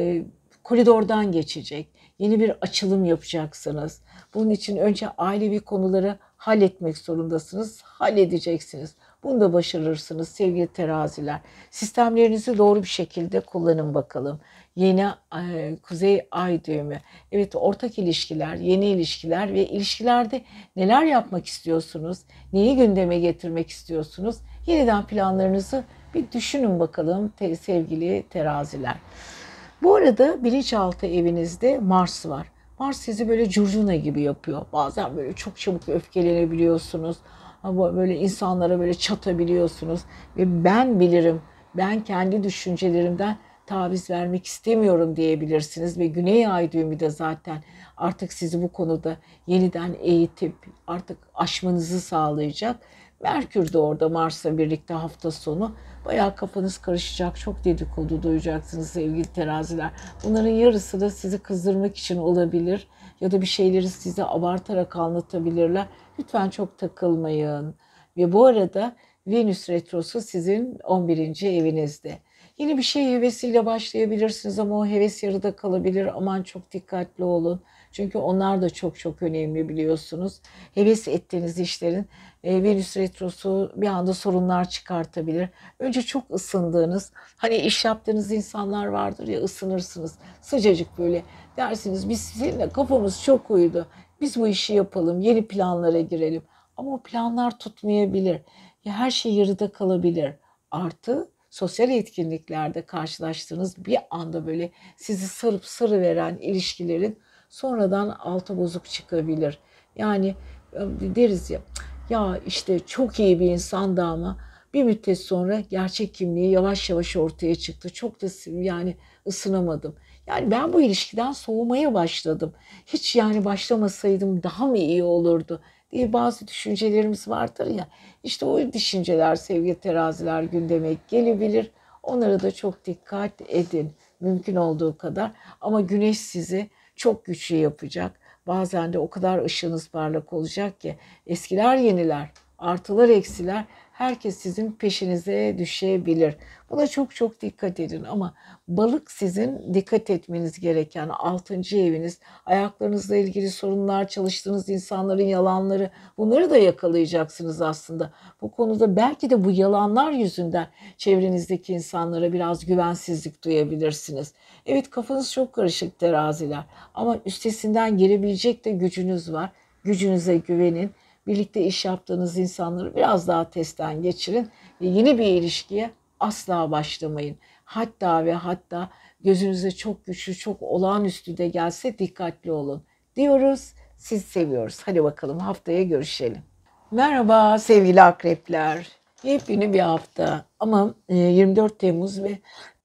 koridordan geçecek. Yeni bir açılım yapacaksınız. Bunun için önce ailevi konuları halletmek zorundasınız. Halledeceksiniz. Bunu da başarırsınız sevgili teraziler. Sistemlerinizi doğru bir şekilde kullanın bakalım. Yeni Kuzey Ay düğümü. Evet, ortak ilişkiler, yeni ilişkiler ve ilişkilerde neler yapmak istiyorsunuz? Neyi gündeme getirmek istiyorsunuz? Yeniden planlarınızı bir düşünün bakalım sevgili teraziler. Bu arada bilinçaltı evinizde Mars var. Mars sizi böyle curcuna gibi yapıyor. Bazen böyle çok çabuk öfkelenebiliyorsunuz. Ama böyle insanlara böyle çatabiliyorsunuz. Ve ben bilirim, ben kendi düşüncelerimden taviz vermek istemiyorum diyebilirsiniz ve Güney Ay düğümü de zaten artık sizi bu konuda yeniden eğitip artık aşmanızı sağlayacak. Merkür de orada Mars'la birlikte hafta sonu. Bayağı kafanız karışacak, çok dedikodu duyacaksınız sevgili teraziler. Bunların yarısı da sizi kızdırmak için olabilir ya da bir şeyleri size abartarak anlatabilirler. Lütfen çok takılmayın. Ve bu arada Venüs Retrosu sizin 11. evinizde. Yeni bir şey hevesiyle başlayabilirsiniz ama o heves yarıda kalabilir. Aman çok dikkatli olun. Çünkü onlar da çok çok önemli biliyorsunuz. Heves ettiğiniz işlerin Venüs Retrosu bir anda sorunlar çıkartabilir. Önce çok ısındığınız, hani iş yaptığınız insanlar vardır ya, ısınırsınız. Sıcacık böyle dersiniz, biz sizinle kafamız çok uydu. Biz bu işi yapalım, yeni planlara girelim. Ama o planlar tutmayabilir. Ya her şey yarıda kalabilir. Artı sosyal etkinliklerde karşılaştığınız bir anda böyle sizi sarıp sarıveren ilişkilerin sonradan altı bozuk çıkabilir. Yani deriz ya, ya işte çok iyi bir insandı ama bir müddet sonra gerçek kimliği yavaş yavaş ortaya çıktı. Çok da yani ısınamadım. Yani ben bu ilişkiden soğumaya başladım. Hiç yani başlamasaydım daha mı iyi olurdu diye bazı düşüncelerimiz vardır ya. İşte o düşünceler sevgili teraziler gündeme gelebilir. Onlara da çok dikkat edin mümkün olduğu kadar. Ama güneş sizi çok güçlü yapacak. Bazen de o kadar ışığınız parlak olacak ki eskiler yeniler, artılar eksiler herkes sizin peşinize düşebilir. Buna çok çok dikkat edin ama balık sizin dikkat etmeniz gereken 6. eviniz. Ayaklarınızla ilgili sorunlar, çalıştığınız insanların yalanları, bunları da yakalayacaksınız aslında. Bu konuda belki de bu yalanlar yüzünden çevrenizdeki insanlara biraz güvensizlik duyabilirsiniz. Evet, kafanız çok karışık teraziler ama üstesinden gelebilecek de gücünüz var. Gücünüze güvenin. Birlikte iş yaptığınız insanları biraz daha testten geçirin ve yeni bir ilişkiye asla başlamayın. Hatta ve hatta gözünüze çok güçlü, çok olağanüstü de gelse dikkatli olun diyoruz. Sizi seviyoruz. Hadi bakalım haftaya görüşelim. Merhaba sevgili akrepler. Yepyeni bir hafta ama 24 Temmuz ve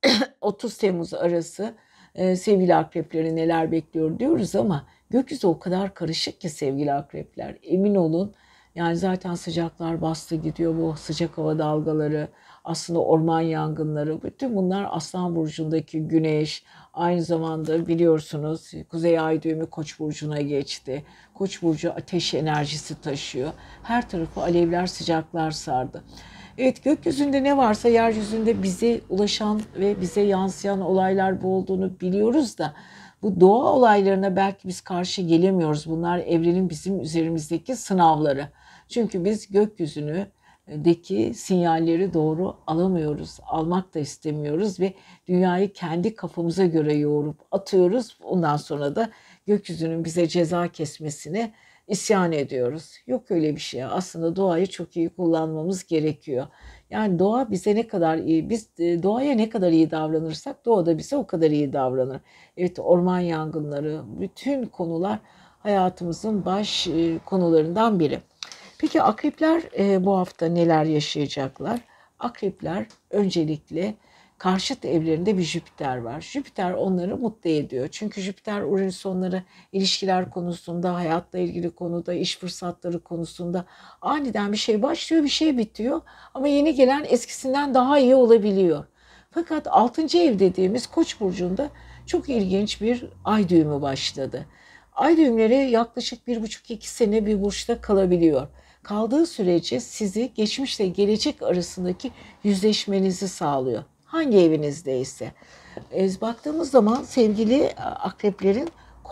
30 Temmuz arası sevgili akrepleri neler bekliyor diyoruz ama gökyüzü o kadar karışık ki sevgili akrepler. Emin olun, yani zaten sıcaklar bastı gidiyor, bu sıcak hava dalgaları, aslında orman yangınları, bütün bunlar Aslan Burcu'ndaki güneş. Aynı zamanda biliyorsunuz Kuzey Ay düğümü Koç burcuna geçti. Koç burcu ateş enerjisi taşıyor. Her tarafı alevler, sıcaklar sardı. Evet, gökyüzünde ne varsa yeryüzünde bize ulaşan ve bize yansıyan olaylar bu olduğunu biliyoruz da bu doğa olaylarına belki biz karşı gelemiyoruz. Bunlar evrenin bizim üzerimizdeki sınavları. Çünkü biz gökyüzündeki sinyalleri doğru alamıyoruz. Almak da istemiyoruz ve dünyayı kendi kafamıza göre yoğurup atıyoruz. Ondan sonra da gökyüzünün bize ceza kesmesine isyan ediyoruz. Yok öyle bir şey. Aslında doğayı çok iyi kullanmamız gerekiyor. Yani doğa bize ne kadar iyi, biz doğaya ne kadar iyi davranırsak doğa da bize o kadar iyi davranır. Evet, orman yangınları, bütün konular hayatımızın baş konularından biri. Peki akrepler bu hafta neler yaşayacaklar? Akrepler öncelikle karşıt evlerinde bir Jüpiter var. Jüpiter onları mutlu ediyor. Çünkü Jüpiter Uranüs onları ilişkiler konusunda, hayatla ilgili konuda, iş fırsatları konusunda aniden bir şey başlıyor, bir şey bitiyor. Ama yeni gelen eskisinden daha iyi olabiliyor. Fakat 6. ev dediğimiz Koç burcunda çok ilginç bir ay düğümü başladı. Ay düğümleri yaklaşık 1,5-2 sene bir burçta kalabiliyor. Kaldığı sürece sizi geçmişle gelecek arasındaki yüzleşmenizi sağlıyor. Hangi evinizdeyse. Baktığımız zaman sevgili akreplerin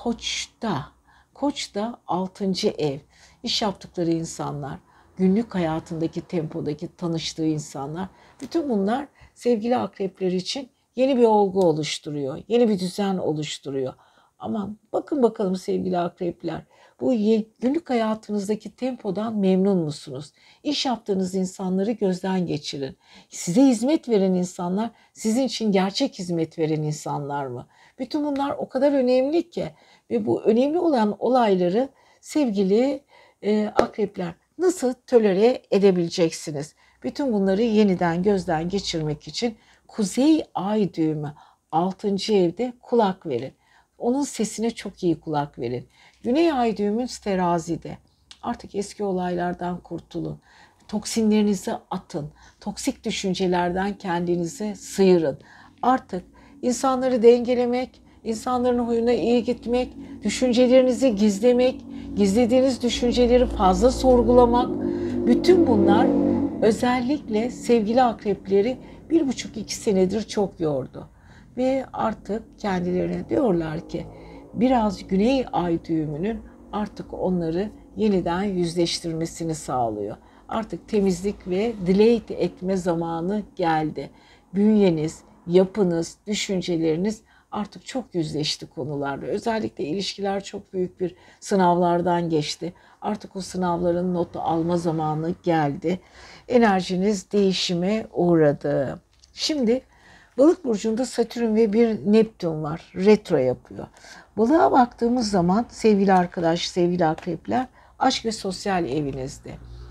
Koç'ta 6. ev. İş yaptıkları insanlar, günlük hayatındaki tempodaki tanıştığı insanlar, bütün bunlar sevgili akrepler için yeni bir olgu oluşturuyor, yeni bir düzen oluşturuyor. Ama bakın bakalım sevgili akrepler, bu günlük hayatınızdaki tempodan memnun musunuz? İş yaptığınız insanları gözden geçirin. Size hizmet veren insanlar sizin için gerçek hizmet veren insanlar mı? Bütün bunlar o kadar önemli ki ve bu önemli olan olayları sevgili akrepler nasıl tolere edebileceksiniz? Bütün bunları yeniden gözden geçirmek için Kuzey Ay düğümü 6. evde kulak verin. Onun sesine çok iyi kulak verin. Güney ay düğümünüz terazide. Artık eski olaylardan kurtulun. Toksinlerinizi atın. Toksik düşüncelerden kendinizi sıyırın. Artık insanları dengelemek, insanların huyuna iyi gitmek, düşüncelerinizi gizlemek, gizlediğiniz düşünceleri fazla sorgulamak, bütün bunlar özellikle sevgili akrepleri 1,5-2 senedir çok yordu. Ve artık kendilerine diyorlar ki biraz güney ay düğümünün artık onları yeniden yüzleştirmesini sağlıyor. Artık temizlik ve delete etme zamanı geldi. Bünyeniz, yapınız, düşünceleriniz artık çok yüzleşti konularla. Özellikle ilişkiler çok büyük bir sınavlardan geçti. Artık o sınavların notu alma zamanı geldi. Enerjiniz değişime uğradı. Şimdi Balık burcunda Satürn ve bir Neptün var. Retro yapıyor. Balığa baktığımız zaman sevgili arkadaş, sevgili akrepler, aşk ve sosyal evinizde.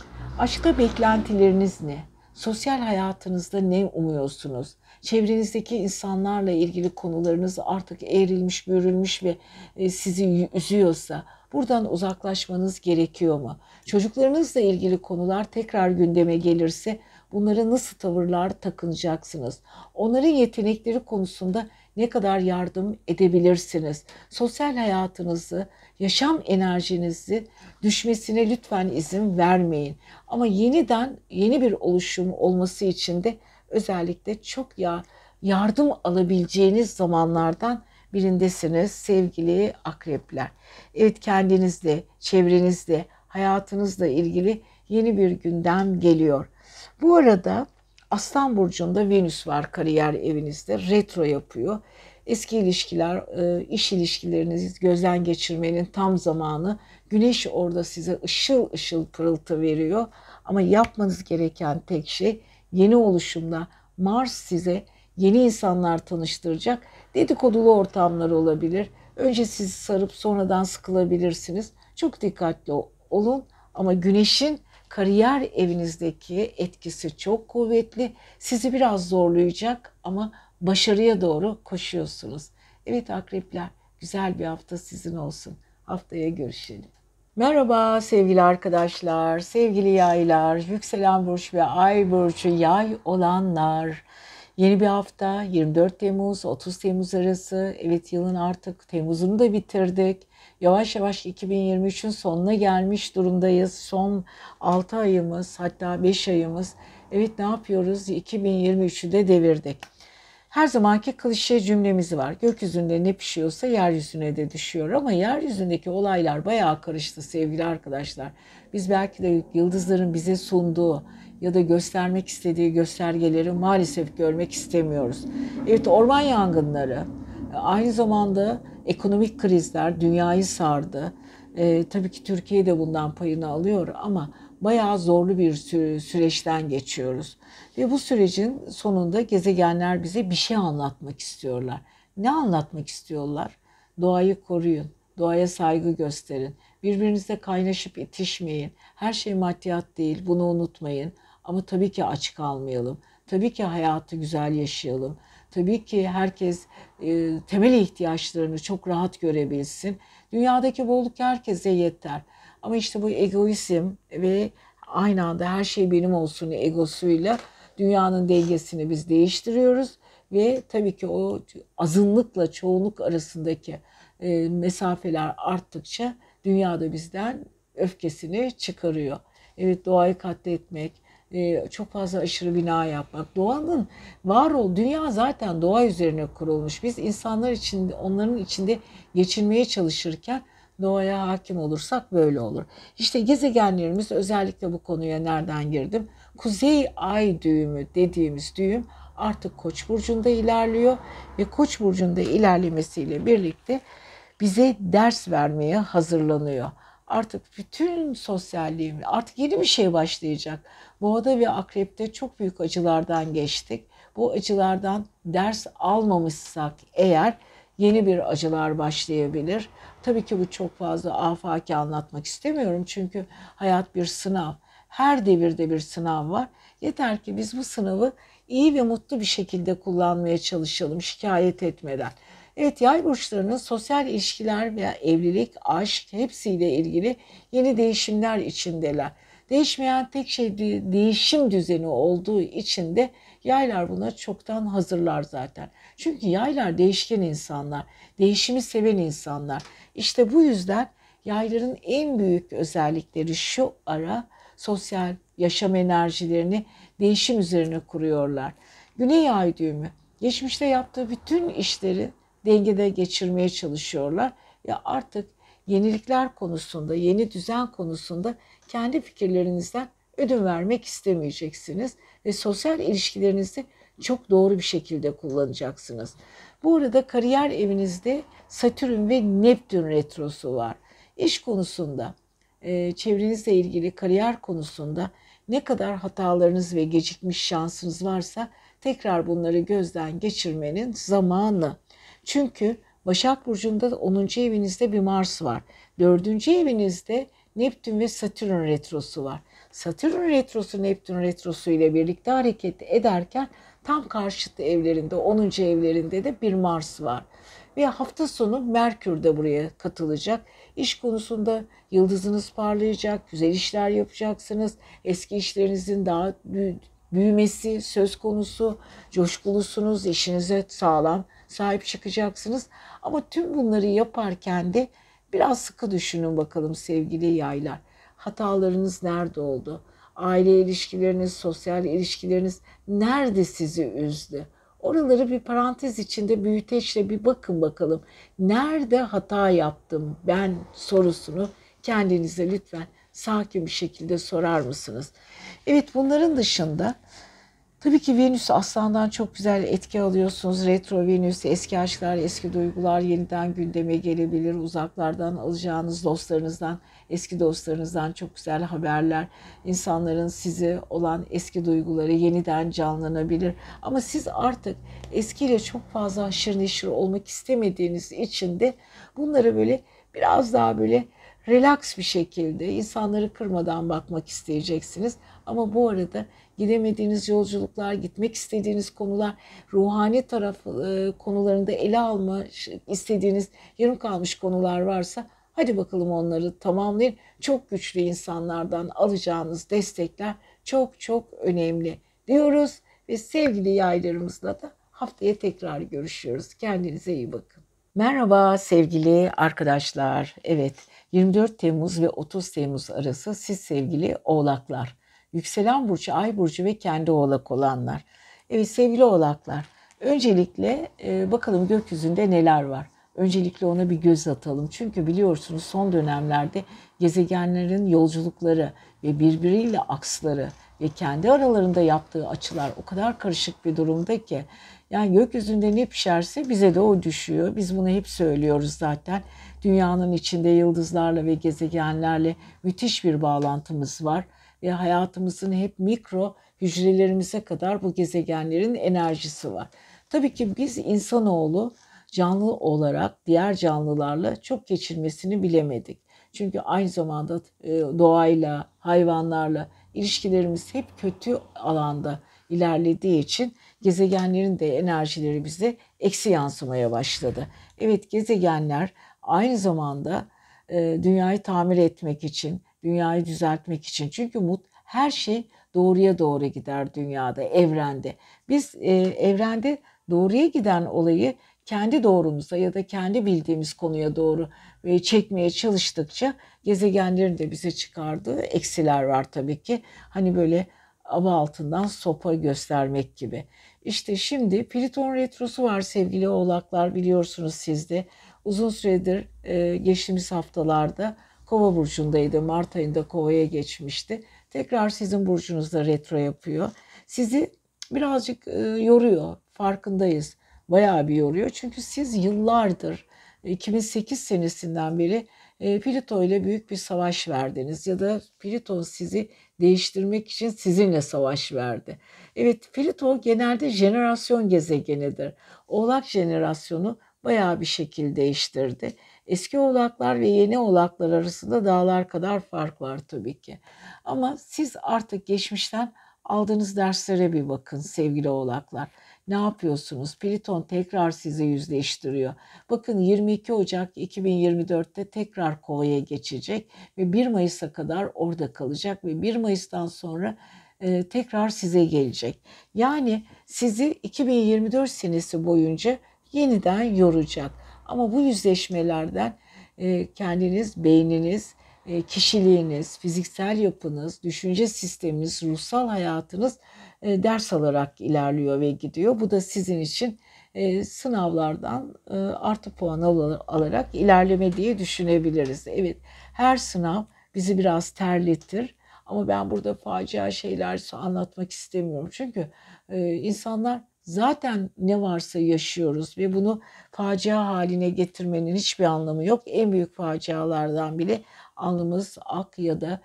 Aşkta beklentileriniz ne? Sosyal hayatınızda ne umuyorsunuz? Çevrenizdeki insanlarla ilgili konularınız artık eğrilmiş, bürülmüş ve sizi üzüyorsa buradan uzaklaşmanız gerekiyor mu? Çocuklarınızla ilgili konular tekrar gündeme gelirse bunlara nasıl tavırlar takınacaksınız? Onların yetenekleri konusunda ne kadar yardım edebilirsiniz? Sosyal hayatınızı, yaşam enerjinizi düşmesine lütfen izin vermeyin. Ama yeniden yeni bir oluşum olması için de özellikle çok yardım alabileceğiniz zamanlardan birindesiniz sevgili akrepler. Evet, kendinizle, çevrenizle, hayatınızla ilgili yeni bir gündem geliyor. Bu arada Aslan Burcu'nda Venüs var, kariyer evinizde retro yapıyor. Eski ilişkiler, iş ilişkilerinizi gözden geçirmenin tam zamanı. Güneş orada size ışıl ışıl pırıltı veriyor. Ama yapmanız gereken tek şey yeni oluşumla Mars size yeni insanlar tanıştıracak. Dedikodulu ortamlar olabilir. Önce sizi sarıp sonradan sıkılabilirsiniz. Çok dikkatli olun ama Güneş'in kariyer evinizdeki etkisi çok kuvvetli. Sizi biraz zorlayacak ama başarıya doğru koşuyorsunuz. Evet akrepler, güzel bir hafta sizin olsun. Haftaya görüşelim. Merhaba sevgili arkadaşlar, sevgili yaylar, yükselen burç ve ay burcu yay olanlar. Yeni bir hafta 24 Temmuz 30 Temmuz arası. Evet, yılın artık Temmuz'unu da bitirdik. Yavaş yavaş 2023'ün sonuna gelmiş durumdayız. Son 6 ayımız, hatta 5 ayımız. Evet, ne yapıyoruz? 2023'ü de devirdik. Her zamanki klişe cümlemiz var. Gökyüzünde ne pişiyorsa yeryüzüne de düşüyor. Ama yeryüzündeki olaylar bayağı karıştı sevgili arkadaşlar. Biz belki de yıldızların bize sunduğu ya da göstermek istediği göstergeleri maalesef görmek istemiyoruz. Evet, orman yangınları, aynı zamanda ekonomik krizler dünyayı sardı. Tabii ki Türkiye de bundan payını alıyor ama bayağı zorlu bir süreçten geçiyoruz. Ve bu sürecin sonunda gezegenler bize bir şey anlatmak istiyorlar. Ne anlatmak istiyorlar? Doğayı koruyun, doğaya saygı gösterin, birbirinizle kaynaşıp itişmeyin. Her şey maddiyat değil, bunu unutmayın. Ama tabii ki aç kalmayalım. Tabii ki hayatı güzel yaşayalım. Tabii ki herkes temel ihtiyaçlarını çok rahat görebilsin. Dünyadaki bolluk herkese yeter. Ama işte bu egoizm ve aynı anda her şey benim olsun egosuyla dünyanın dengesini biz değiştiriyoruz. Ve tabii ki o azınlıkla çoğunluk arasındaki mesafeler arttıkça dünyada bizden öfkesini çıkarıyor. Evet, doğayı katletmek, çok fazla aşırı bina yapmak, doğanın dünya zaten doğa üzerine kurulmuş. Biz insanlar için, onların içinde geçinmeye çalışırken doğaya hakim olursak böyle olur. İşte gezegenlerimiz, özellikle bu konuya nereden girdim? Kuzey ay düğümü dediğimiz düğüm artık Koç burcunda ilerliyor ve Koç burcunda ilerlemesiyle birlikte bize ders vermeye hazırlanıyor. Artık bütün sosyalliğim, artık yeni bir şey başlayacak. Boğada ve Akrep'te çok büyük acılardan geçtik. Bu acılardan ders almamışsak eğer yeni bir acılar başlayabilir. Tabii ki bu çok fazla afaki anlatmak istemiyorum çünkü hayat bir sınav. Her devirde bir sınav var. Yeter ki biz bu sınavı iyi ve mutlu bir şekilde kullanmaya çalışalım, şikayet etmeden. Evet, yay burçlarının sosyal ilişkiler veya evlilik, aşk hepsiyle ilgili yeni değişimler içindeler. Değişmeyen tek şey değişim düzeni olduğu için de yaylar buna çoktan hazırlar zaten. Çünkü yaylar değişken insanlar, değişimi seven insanlar. İşte bu yüzden yayların en büyük özellikleri şu ara sosyal yaşam enerjilerini değişim üzerine kuruyorlar. Güney ay düğümü geçmişte yaptığı bütün işleri dengede geçirmeye çalışıyorlar ve artık yenilikler konusunda, yeni düzen konusunda kendi fikirlerinizden ödün vermek istemeyeceksiniz ve sosyal ilişkilerinizi çok doğru bir şekilde kullanacaksınız. Bu arada kariyer evinizde Satürn ve Neptün retrosu var. İş konusunda, çevrenizle ilgili kariyer konusunda ne kadar hatalarınız ve gecikmiş şansınız varsa tekrar bunları gözden geçirmenin zamanı. Çünkü Başak Burcu'nda 10. evinizde bir Mars var. 4. evinizde Neptün ve Satürn retrosu var. Satürn retrosu Neptün retrosu ile birlikte hareket ederken tam karşıt evlerinde, 10. evlerinde de bir Mars var. Ve hafta sonu Merkür de buraya katılacak. İş konusunda yıldızınız parlayacak, güzel işler yapacaksınız. Eski işlerinizin daha büyümesi söz konusu, coşkulusunuz, işinize sağlam sahip çıkacaksınız. Ama tüm bunları yaparken de biraz sıkı düşünün bakalım sevgili yaylar. Hatalarınız nerede oldu? Aile ilişkileriniz, sosyal ilişkileriniz nerede sizi üzdü? Oraları bir parantez içinde büyüteçle bir bakın bakalım. Nerede hata yaptım ben sorusunu kendinize lütfen sakin bir şekilde sorar mısınız? Evet, bunların dışında tabii ki Venüs Aslan'dan çok güzel etki alıyorsunuz. Retro Venüs, eski aşklar, eski duygular yeniden gündeme gelebilir. Uzaklardan alacağınız dostlarınızdan, eski dostlarınızdan çok güzel haberler. İnsanların size olan eski duyguları yeniden canlanabilir. Ama siz artık eskiyle çok fazla haşır neşir olmak istemediğiniz için de bunları böyle biraz daha böyle relax bir şekilde insanları kırmadan bakmak isteyeceksiniz. Ama bu arada gidemediğiniz yolculuklar, gitmek istediğiniz konular, ruhani taraf konularında ele alma istediğiniz yarım kalmış konular varsa hadi bakalım onları tamamlayın. Çok güçlü insanlardan alacağınız destekler çok çok önemli diyoruz ve sevgili yaylarımızla da haftaya tekrar görüşüyoruz. Kendinize iyi bakın. Merhaba sevgili arkadaşlar. Evet, 24 Temmuz ve 30 Temmuz arası siz sevgili Oğlaklar. Yükselen burcu, ay burcu ve kendi oğlak olanlar. Evet sevgili oğlaklar, öncelikle bakalım gökyüzünde neler var. Öncelikle ona bir göz atalım. Çünkü biliyorsunuz son dönemlerde gezegenlerin yolculukları ve birbiriyle aksları ve kendi aralarında yaptığı açılar o kadar karışık bir durumda ki yani gökyüzünde ne pişerse bize de o düşüyor. Biz bunu hep söylüyoruz zaten. Dünyanın içinde yıldızlarla ve gezegenlerle müthiş bir bağlantımız var ve hayatımızın hep mikro hücrelerimize kadar bu gezegenlerin enerjisi var. Tabii ki biz insanoğlu canlı olarak diğer canlılarla çok geçirmesini bilemedik. Çünkü aynı zamanda doğayla, hayvanlarla ilişkilerimiz hep kötü alanda ilerlediği için gezegenlerin de enerjileri bize eksi yansımaya başladı. Evet, gezegenler aynı zamanda dünyayı tamir etmek için, dünyayı düzeltmek için. Çünkü her şey doğruya doğru gider dünyada, evrende. Biz evrende doğruya giden olayı kendi doğrumuza ya da kendi bildiğimiz konuya doğru çekmeye çalıştıkça gezegenlerin de bize çıkardığı eksiler var tabii ki. Hani böyle aba altından sopa göstermek gibi. İşte şimdi Plüton retrosu var sevgili oğlaklar, biliyorsunuz siz de. Uzun süredir geçtiğimiz haftalarda Kova burcundaydı. Mart ayında Kova'ya geçmişti. Tekrar sizin burcunuzda retro yapıyor. Sizi birazcık yoruyor. Farkındayız. Bayağı bir yoruyor. Çünkü siz yıllardır 2008 senesinden beri Plüto ile büyük bir savaş verdiniz. Ya da Plüto sizi değiştirmek için sizinle savaş verdi. Evet, Plüto genelde jenerasyon gezegenidir. Oğlak jenerasyonu bayağı bir şekil değiştirdi. Eski oğlaklar ve yeni oğlaklar arasında dağlar kadar fark var tabii ki. Ama siz artık geçmişten aldığınız derslere bir bakın sevgili oğlaklar. Ne yapıyorsunuz? Plüton tekrar sizi yüzleştiriyor. Bakın 22 Ocak 2024'te tekrar Kova'ya geçecek ve 1 Mayıs'a kadar orada kalacak ve 1 Mayıs'tan sonra tekrar size gelecek. Yani sizi 2024 senesi boyunca yeniden yoracak. Ama bu yüzleşmelerden kendiniz, beyniniz, kişiliğiniz, fiziksel yapınız, düşünce sisteminiz, ruhsal hayatınız ders alarak ilerliyor ve gidiyor. Bu da sizin için sınavlardan artı puan alarak ilerleme diye düşünebiliriz. Evet, her sınav bizi biraz terletir. Ama ben burada facia şeyler anlatmak istemiyorum. Çünkü insanlar zaten ne varsa yaşıyoruz ve bunu facia haline getirmenin hiçbir anlamı yok. En büyük facialardan bile alnımız ak ya da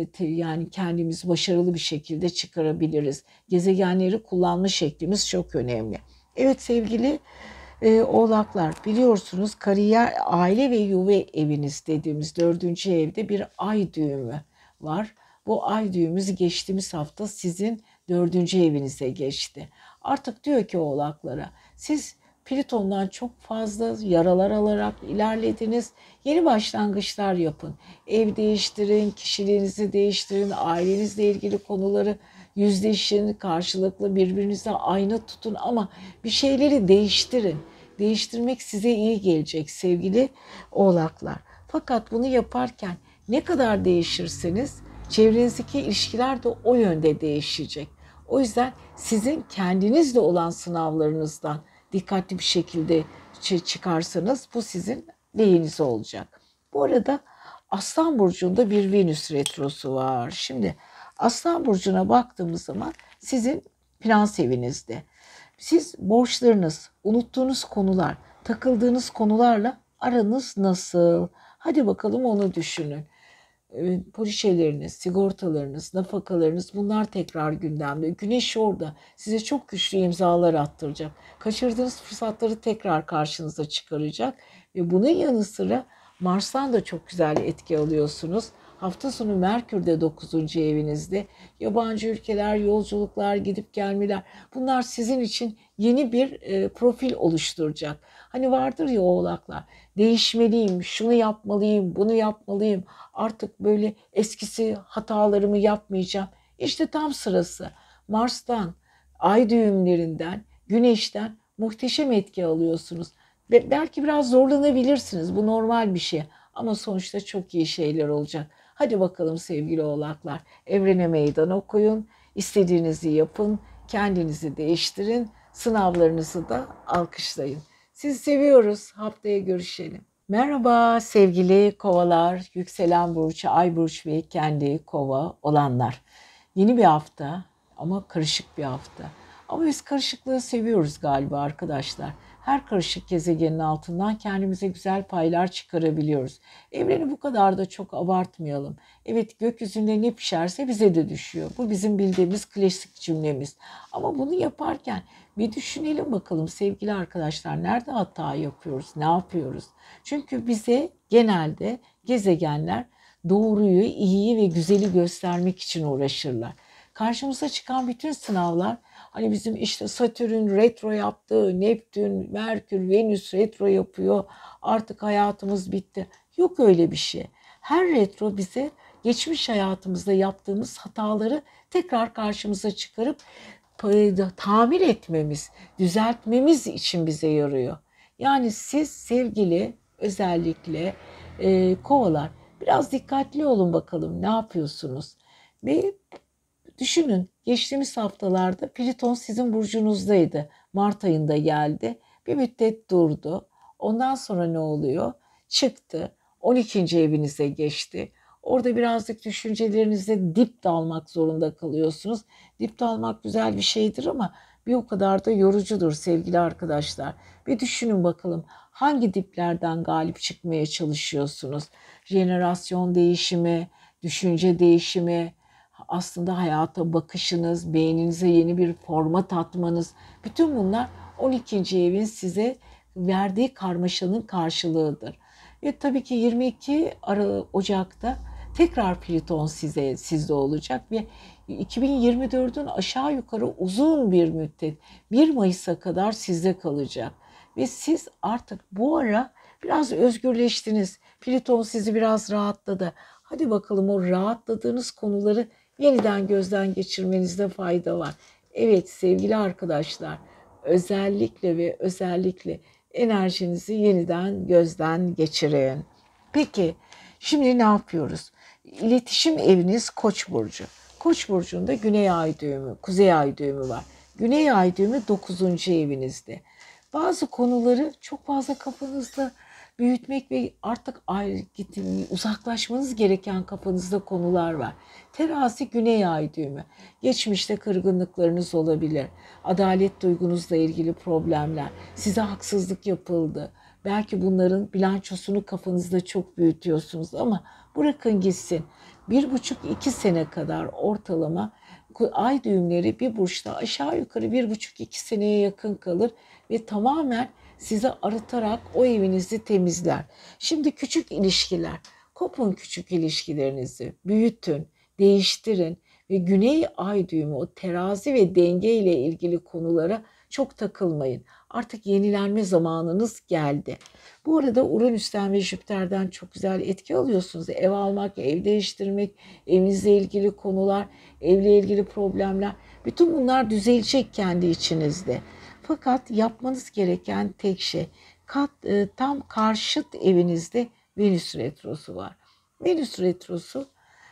yani kendimizi başarılı bir şekilde çıkarabiliriz. Gezegenleri kullanma şeklimiz çok önemli. Evet sevgili Oğlaklar, biliyorsunuz kariyer, aile ve yuva eviniz dediğimiz 4. evde bir ay düğümü var. Bu ay düğümümüz geçtiğimiz hafta sizin 4. evinize geçti. Artık diyor ki Oğlaklara, siz Plüton'dan çok fazla yaralar alarak ilerlediniz. Yeni başlangıçlar yapın. Ev değiştirin, kişiliğinizi değiştirin, ailenizle ilgili konuları yüzleşin, karşılıklı birbirinize ayna tutun ama bir şeyleri değiştirin. Değiştirmek size iyi gelecek sevgili Oğlaklar. Fakat bunu yaparken ne kadar değişirseniz çevrenizdeki ilişkiler de o yönde değişecek. O yüzden sizin kendinizle olan sınavlarınızdan dikkatli bir şekilde çıkarsanız bu sizin lehinize olacak. Bu arada Aslan Burcu'nda bir Venüs retrosu var. Şimdi Aslan Burcu'na baktığımız zaman sizin finans evinizde. Siz borçlarınız, unuttuğunuz konular, takıldığınız konularla aranız nasıl? Hadi bakalım onu düşünün. Poliçeleriniz, sigortalarınız, nafakalarınız bunlar tekrar gündemde. Güneş orada size çok güçlü imzalar attıracak. Kaçırdığınız fırsatları tekrar karşınıza çıkaracak. Ve bunun yanı sıra Mars'tan da çok güzel etki alıyorsunuz. Hafta sonu Merkür de 9. evinizde. Yabancı ülkeler, yolculuklar, gidip gelmeler bunlar sizin için yeni bir profil oluşturacak. Hani vardır ya oğlaklar, değişmeliyim, şunu yapmalıyım, bunu yapmalıyım. Artık böyle eskisi hatalarımı yapmayacağım. İşte tam sırası. Mars'tan, ay düğümlerinden, güneşten muhteşem etki alıyorsunuz. Ve belki biraz zorlanabilirsiniz. Bu normal bir şey. Ama sonuçta çok iyi şeyler olacak. Hadi bakalım sevgili oğlaklar. Evrene meydan okuyun. İstediğinizi yapın. Kendinizi değiştirin. Sınavlarınızı da alkışlayın. Sizi seviyoruz. Haftaya görüşelim. Merhaba sevgili kovalar, yükselen burç, ay burç ve kendi kova olanlar. Yeni bir hafta ama karışık bir hafta. Ama biz karışıklığı seviyoruz galiba arkadaşlar. Her karışık gezegenin altından kendimize güzel paylar çıkarabiliyoruz. Evreni bu kadar da çok abartmayalım. Evet gökyüzünde ne pişerse bize de düşüyor. Bu bizim bildiğimiz klasik cümlemiz. Ama bunu yaparken bir düşünelim bakalım sevgili arkadaşlar. Nerede hata yapıyoruz, ne yapıyoruz? Çünkü bize genelde gezegenler doğruyu, iyiyi ve güzeli göstermek için uğraşırlar. Karşımıza çıkan bütün sınavlar hani bizim işte Satürn retro yaptı, Neptün, Merkür, Venüs retro yapıyor. Artık hayatımız bitti. Yok öyle bir şey. Her retro bize geçmiş hayatımızda yaptığımız hataları tekrar karşımıza çıkarıp tamir etmemiz, düzeltmemiz için bize yarıyor. Yani siz sevgili özellikle kovalar biraz dikkatli olun bakalım ne yapıyorsunuz. Ve düşünün geçtiğimiz haftalarda Plüton sizin burcunuzdaydı. Mart ayında geldi. Bir müddet durdu. Ondan sonra ne oluyor? Çıktı. 12. evinize geçti. Orada birazcık düşüncelerinizde dip dalmak zorunda kalıyorsunuz. Dip dalmak güzel bir şeydir ama bir o kadar da yorucudur sevgili arkadaşlar. Bir düşünün bakalım hangi diplerden galip çıkmaya çalışıyorsunuz? Jenerasyon değişimi, düşünce değişimi, aslında hayata bakışınız, beyninize yeni bir format atmanız, bütün bunlar 12. evin size verdiği karmaşanın karşılığıdır. Ve tabii ki 22 Ocak'ta tekrar Plüton sizde olacak ve 2024'ün aşağı yukarı uzun bir müddet 1 Mayıs'a kadar sizde kalacak. Ve siz artık bu ara biraz özgürleştiniz. Plüton sizi biraz rahatladı. Hadi bakalım o rahatladığınız konuları yeniden gözden geçirmenizde fayda var. Evet sevgili arkadaşlar, özellikle ve özellikle enerjinizi yeniden gözden geçirin. Peki şimdi ne yapıyoruz? İletişim eviniz Koç burcu. Koç burcunda Güney Ay düğümü, Kuzey Ay düğümü var. Güney Ay düğümü 9. evinizde. Bazı konuları çok fazla kafanızda büyütmek ve artık uzaklaşmanız gereken kafanızda konular var. Terazi Güney Ay düğümü. Geçmişte kırgınlıklarınız olabilir. Adalet duygunuzla ilgili problemler. Size haksızlık yapıldı. Belki bunların bilançosunu kafanızda çok büyütüyorsunuz ama bırakın gitsin. 1,5-2 sene kadar ortalama ay düğümleri bir burçta aşağı yukarı 1,5-2 seneye yakın kalır ve tamamen sizi arıtarak o evinizi temizler. Şimdi küçük ilişkiler, kopun küçük ilişkilerinizi, büyütün, değiştirin ve Güney Ay düğümü o terazi ve denge ile ilgili konulara çok takılmayın. Artık yenilenme zamanınız geldi. Bu arada Uranüs'ten ve Jüpiter'den çok güzel etki alıyorsunuz. Ev almak, ev değiştirmek, evinizle ilgili konular, evle ilgili problemler. Bütün bunlar düzelecek kendi içinizde. Fakat yapmanız gereken tek şey tam karşıt evinizde Venüs retrosu var. Venüs retrosu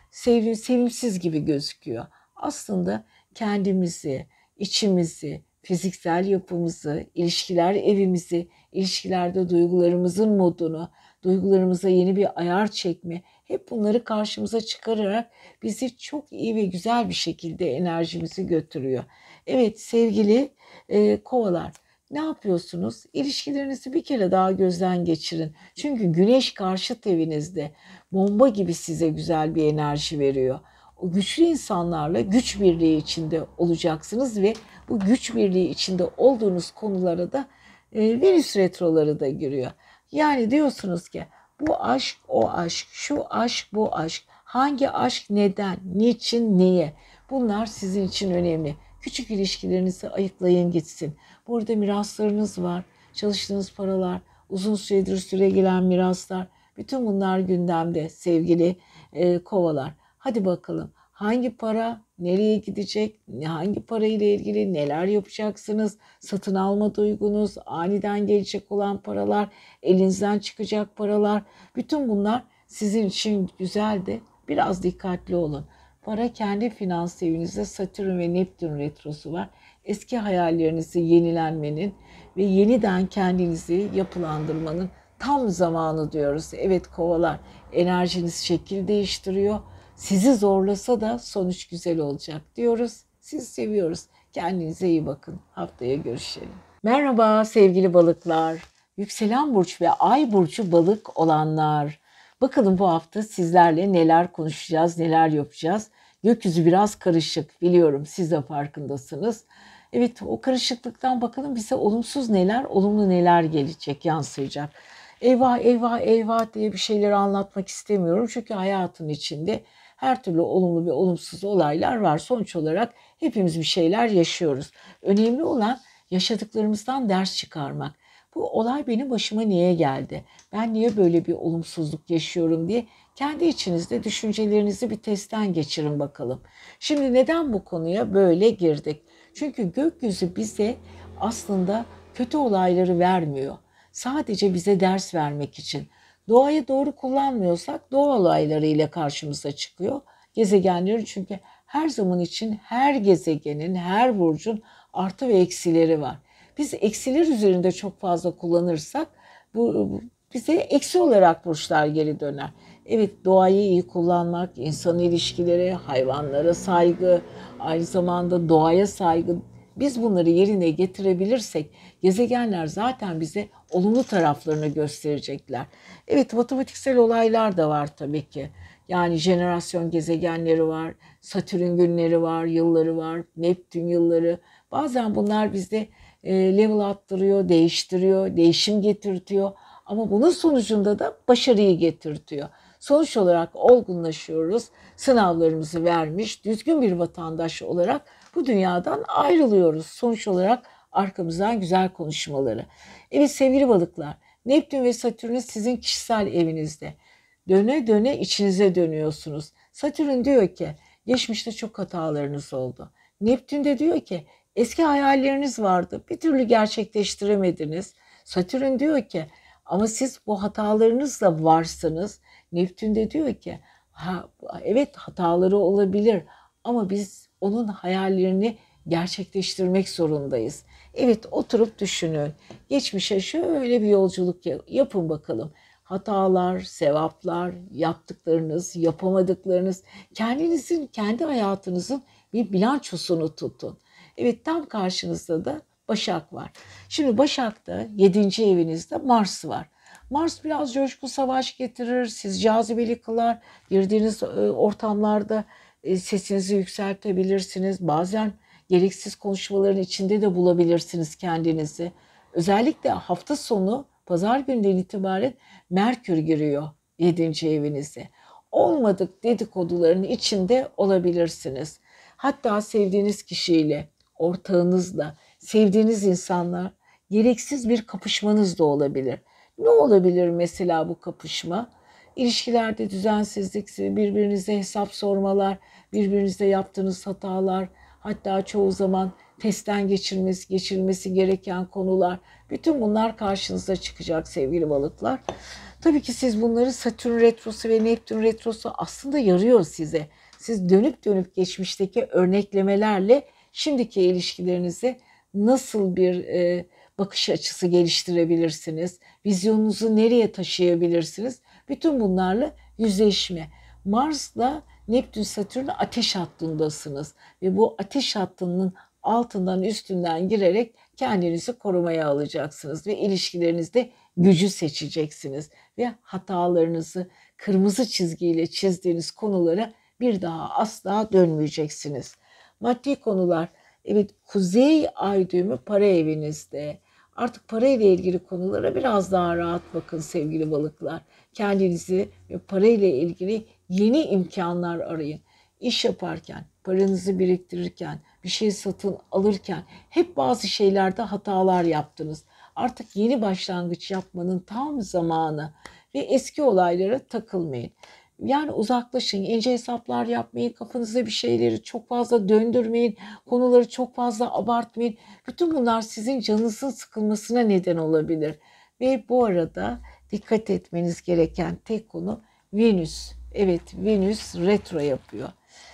sevimsiz gibi gözüküyor. Aslında kendimizi, içimizi, fiziksel yapımızı, ilişkiler evimizi, ilişkilerde duygularımızın modunu, duygularımıza yeni bir ayar çekme, hep bunları karşımıza çıkararak bizi çok iyi ve güzel bir şekilde enerjimizi götürüyor. Evet sevgili kovalar, ne yapıyorsunuz? İlişkilerinizi bir kere daha gözden geçirin. Çünkü güneş karşıt evinizde bomba gibi size güzel bir enerji veriyor. O güçlü insanlarla güç birliği içinde olacaksınız ve bu güç birliği içinde olduğunuz konulara da Venüs retroları da giriyor. Yani diyorsunuz ki bu aşk, o aşk, şu aşk, bu aşk. Hangi aşk, neden, niçin, niye? Bunlar sizin için önemli. Küçük ilişkilerinizi ayıklayın gitsin. Burada miraslarınız var, çalıştığınız paralar, uzun süredir süregelen miraslar. Bütün bunlar gündemde sevgili kovalar. Hadi bakalım hangi para nereye gidecek, hangi parayla ilgili neler yapacaksınız, satın alma duygunuz, aniden gelecek olan paralar, elinizden çıkacak paralar. Bütün bunlar sizin için güzeldi. Biraz dikkatli olun. Para kendi finans evinizde Satürn ve Neptün retrosu var. Eski hayallerinizi yenilenmenin ve yeniden kendinizi yapılandırmanın tam zamanı diyoruz. Evet kovalar, enerjiniz şekil değiştiriyor. Sizi zorlasa da sonuç güzel olacak diyoruz. Sizi seviyoruz. Kendinize iyi bakın. Haftaya görüşelim. Merhaba sevgili balıklar. Yükselen burç ve ay burcu balık olanlar. Bakalım bu hafta sizlerle neler konuşacağız, neler yapacağız. Gökyüzü biraz karışık biliyorum, siz de farkındasınız. Evet, o karışıklıktan bakalım bize olumsuz neler, olumlu neler gelecek, yansıyacak. Eyvah eyvah eyvah diye bir şeyleri anlatmak istemiyorum. Çünkü hayatın içinde her türlü olumlu ve olumsuz olaylar var. Sonuç olarak hepimiz bir şeyler yaşıyoruz. Önemli olan yaşadıklarımızdan ders çıkarmak. Bu olay benim başıma niye geldi? Ben niye böyle bir olumsuzluk yaşıyorum diye kendi içinizde düşüncelerinizi bir testten geçirin bakalım. Şimdi neden bu konuya böyle girdik? Çünkü gökyüzü bize aslında kötü olayları vermiyor. Sadece bize ders vermek için. Doğayı doğru kullanmıyorsak doğa olaylarıyla karşımıza çıkıyor. Gezegenlerin çünkü her zaman için her gezegenin, her burcun artı ve eksileri var. Biz eksiler üzerinde çok fazla kullanırsak bu bize eksi olarak burçlar geri döner. Evet doğayı iyi kullanmak, insan ilişkileri, hayvanlara saygı, aynı zamanda doğaya saygı. Biz bunları yerine getirebilirsek gezegenler zaten bize olumlu taraflarını gösterecekler. Evet matematiksel olaylar da var tabii ki. Yani jenerasyon gezegenleri var, Satürn günleri var, yılları var, Neptün yılları. Bazen bunlar bizde level attırıyor, değiştiriyor, değişim getirtiyor. Ama bunun sonucunda da başarıyı getirtiyor. Sonuç olarak olgunlaşıyoruz. Sınavlarımızı vermiş, düzgün bir vatandaş olarak bu dünyadan ayrılıyoruz. Sonuç olarak arkamızdan güzel konuşmaları. Evet sevgili balıklar, Neptün ve Satürn sizin kişisel evinizde. Döne döne içinize dönüyorsunuz. Satürn diyor ki geçmişte çok hatalarınız oldu. Neptün de diyor ki eski hayalleriniz vardı, bir türlü gerçekleştiremediniz. Satürn diyor ki ama siz bu hatalarınızla varsınız. Neptün de diyor ki evet hataları olabilir ama biz onun hayallerini gerçekleştirmek zorundayız. Evet oturup düşünün. Geçmişe şöyle bir yolculuk yapın bakalım. Hatalar, sevaplar, yaptıklarınız, yapamadıklarınız, kendinizin, kendi hayatınızın bir bilançosunu tutun. Evet tam karşınızda da Başak var. Şimdi Başak'ta 7. evinizde Mars var. Mars biraz coşku savaş getirir, siz cazibeli kılar, girdiğiniz ortamlarda sesinizi yükseltebilirsiniz. Bazen gereksiz konuşmaların içinde de bulabilirsiniz kendinizi. Özellikle hafta sonu pazar gününden itibaren Merkür giriyor 7. evinize. Olmadık dedikoduların içinde olabilirsiniz. Hatta sevdiğiniz kişiyle, ortağınızla, sevdiğiniz insanlar gereksiz bir kapışmanız da olabilir. Ne olabilir mesela bu kapışma? İlişkilerde düzensizlik, birbirinize hesap sormalar, birbirinize yaptığınız hatalar, hatta çoğu zaman testten geçirilmesi gereken konular. Bütün bunlar karşınıza çıkacak sevgili balıklar. Tabii ki siz bunları Satürn retrosu ve Neptün retrosu aslında yarıyor size. Siz dönüp dönüp geçmişteki örneklemelerle şimdiki ilişkilerinizi nasıl bir bakış açısı geliştirebilirsiniz? Vizyonunuzu nereye taşıyabilirsiniz? Bütün bunlarla yüzleşme. Mars'la Neptün Satürn ateş hattındasınız ve bu ateş hattının altından üstünden girerek kendinizi korumaya alacaksınız ve ilişkilerinizde gücü seçeceksiniz ve hatalarınızı kırmızı çizgiyle çizdiğiniz konulara bir daha asla dönmeyeceksiniz. Maddi konular, evet Kuzey Ay düğümü para evinizde. Artık parayla ilgili konulara biraz daha rahat bakın sevgili balıklar. Kendinizi ve parayla ilgili yeni imkanlar arayın. İş yaparken, paranızı biriktirirken, bir şey satın alırken hep bazı şeylerde hatalar yaptınız. Artık yeni başlangıç yapmanın tam zamanı ve eski olaylara takılmayın. Yani uzaklaşın, ince hesaplar yapmayın, kafanızda bir şeyleri çok fazla döndürmeyin, konuları çok fazla abartmayın. Bütün bunlar sizin canınızın sıkılmasına neden olabilir. Ve bu arada dikkat etmeniz gereken tek konu Venüs. Evet, Venüs retro yapıyor.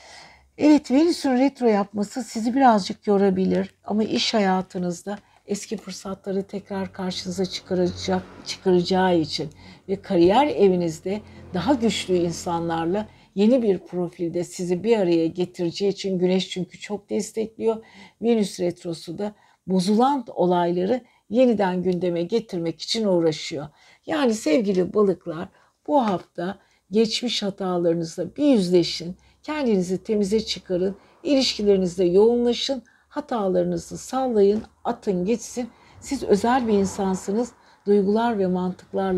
Evet, Venüs'ün retro yapması sizi birazcık yorabilir ama iş hayatınızda eski fırsatları tekrar karşınıza çıkaracağı için ve kariyer evinizde daha güçlü insanlarla yeni bir profilde sizi bir araya getireceği için Güneş çünkü çok destekliyor. Venüs retrosu da bozulan olayları yeniden gündeme getirmek için uğraşıyor. Yani sevgili balıklar bu hafta geçmiş hatalarınızla bir yüzleşin. Kendinizi temize çıkarın, ilişkilerinizde yoğunlaşın, hatalarınızı sallayın, atın gitsin. Siz özel bir insansınız, duygular ve mantıklarla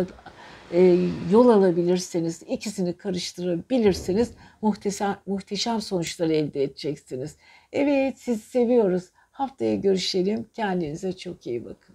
yol alabilirseniz, ikisini karıştırabilirseniz muhteşem sonuçlar elde edeceksiniz. Evet, sizi seviyoruz. Haftaya görüşelim. Kendinize çok iyi bakın.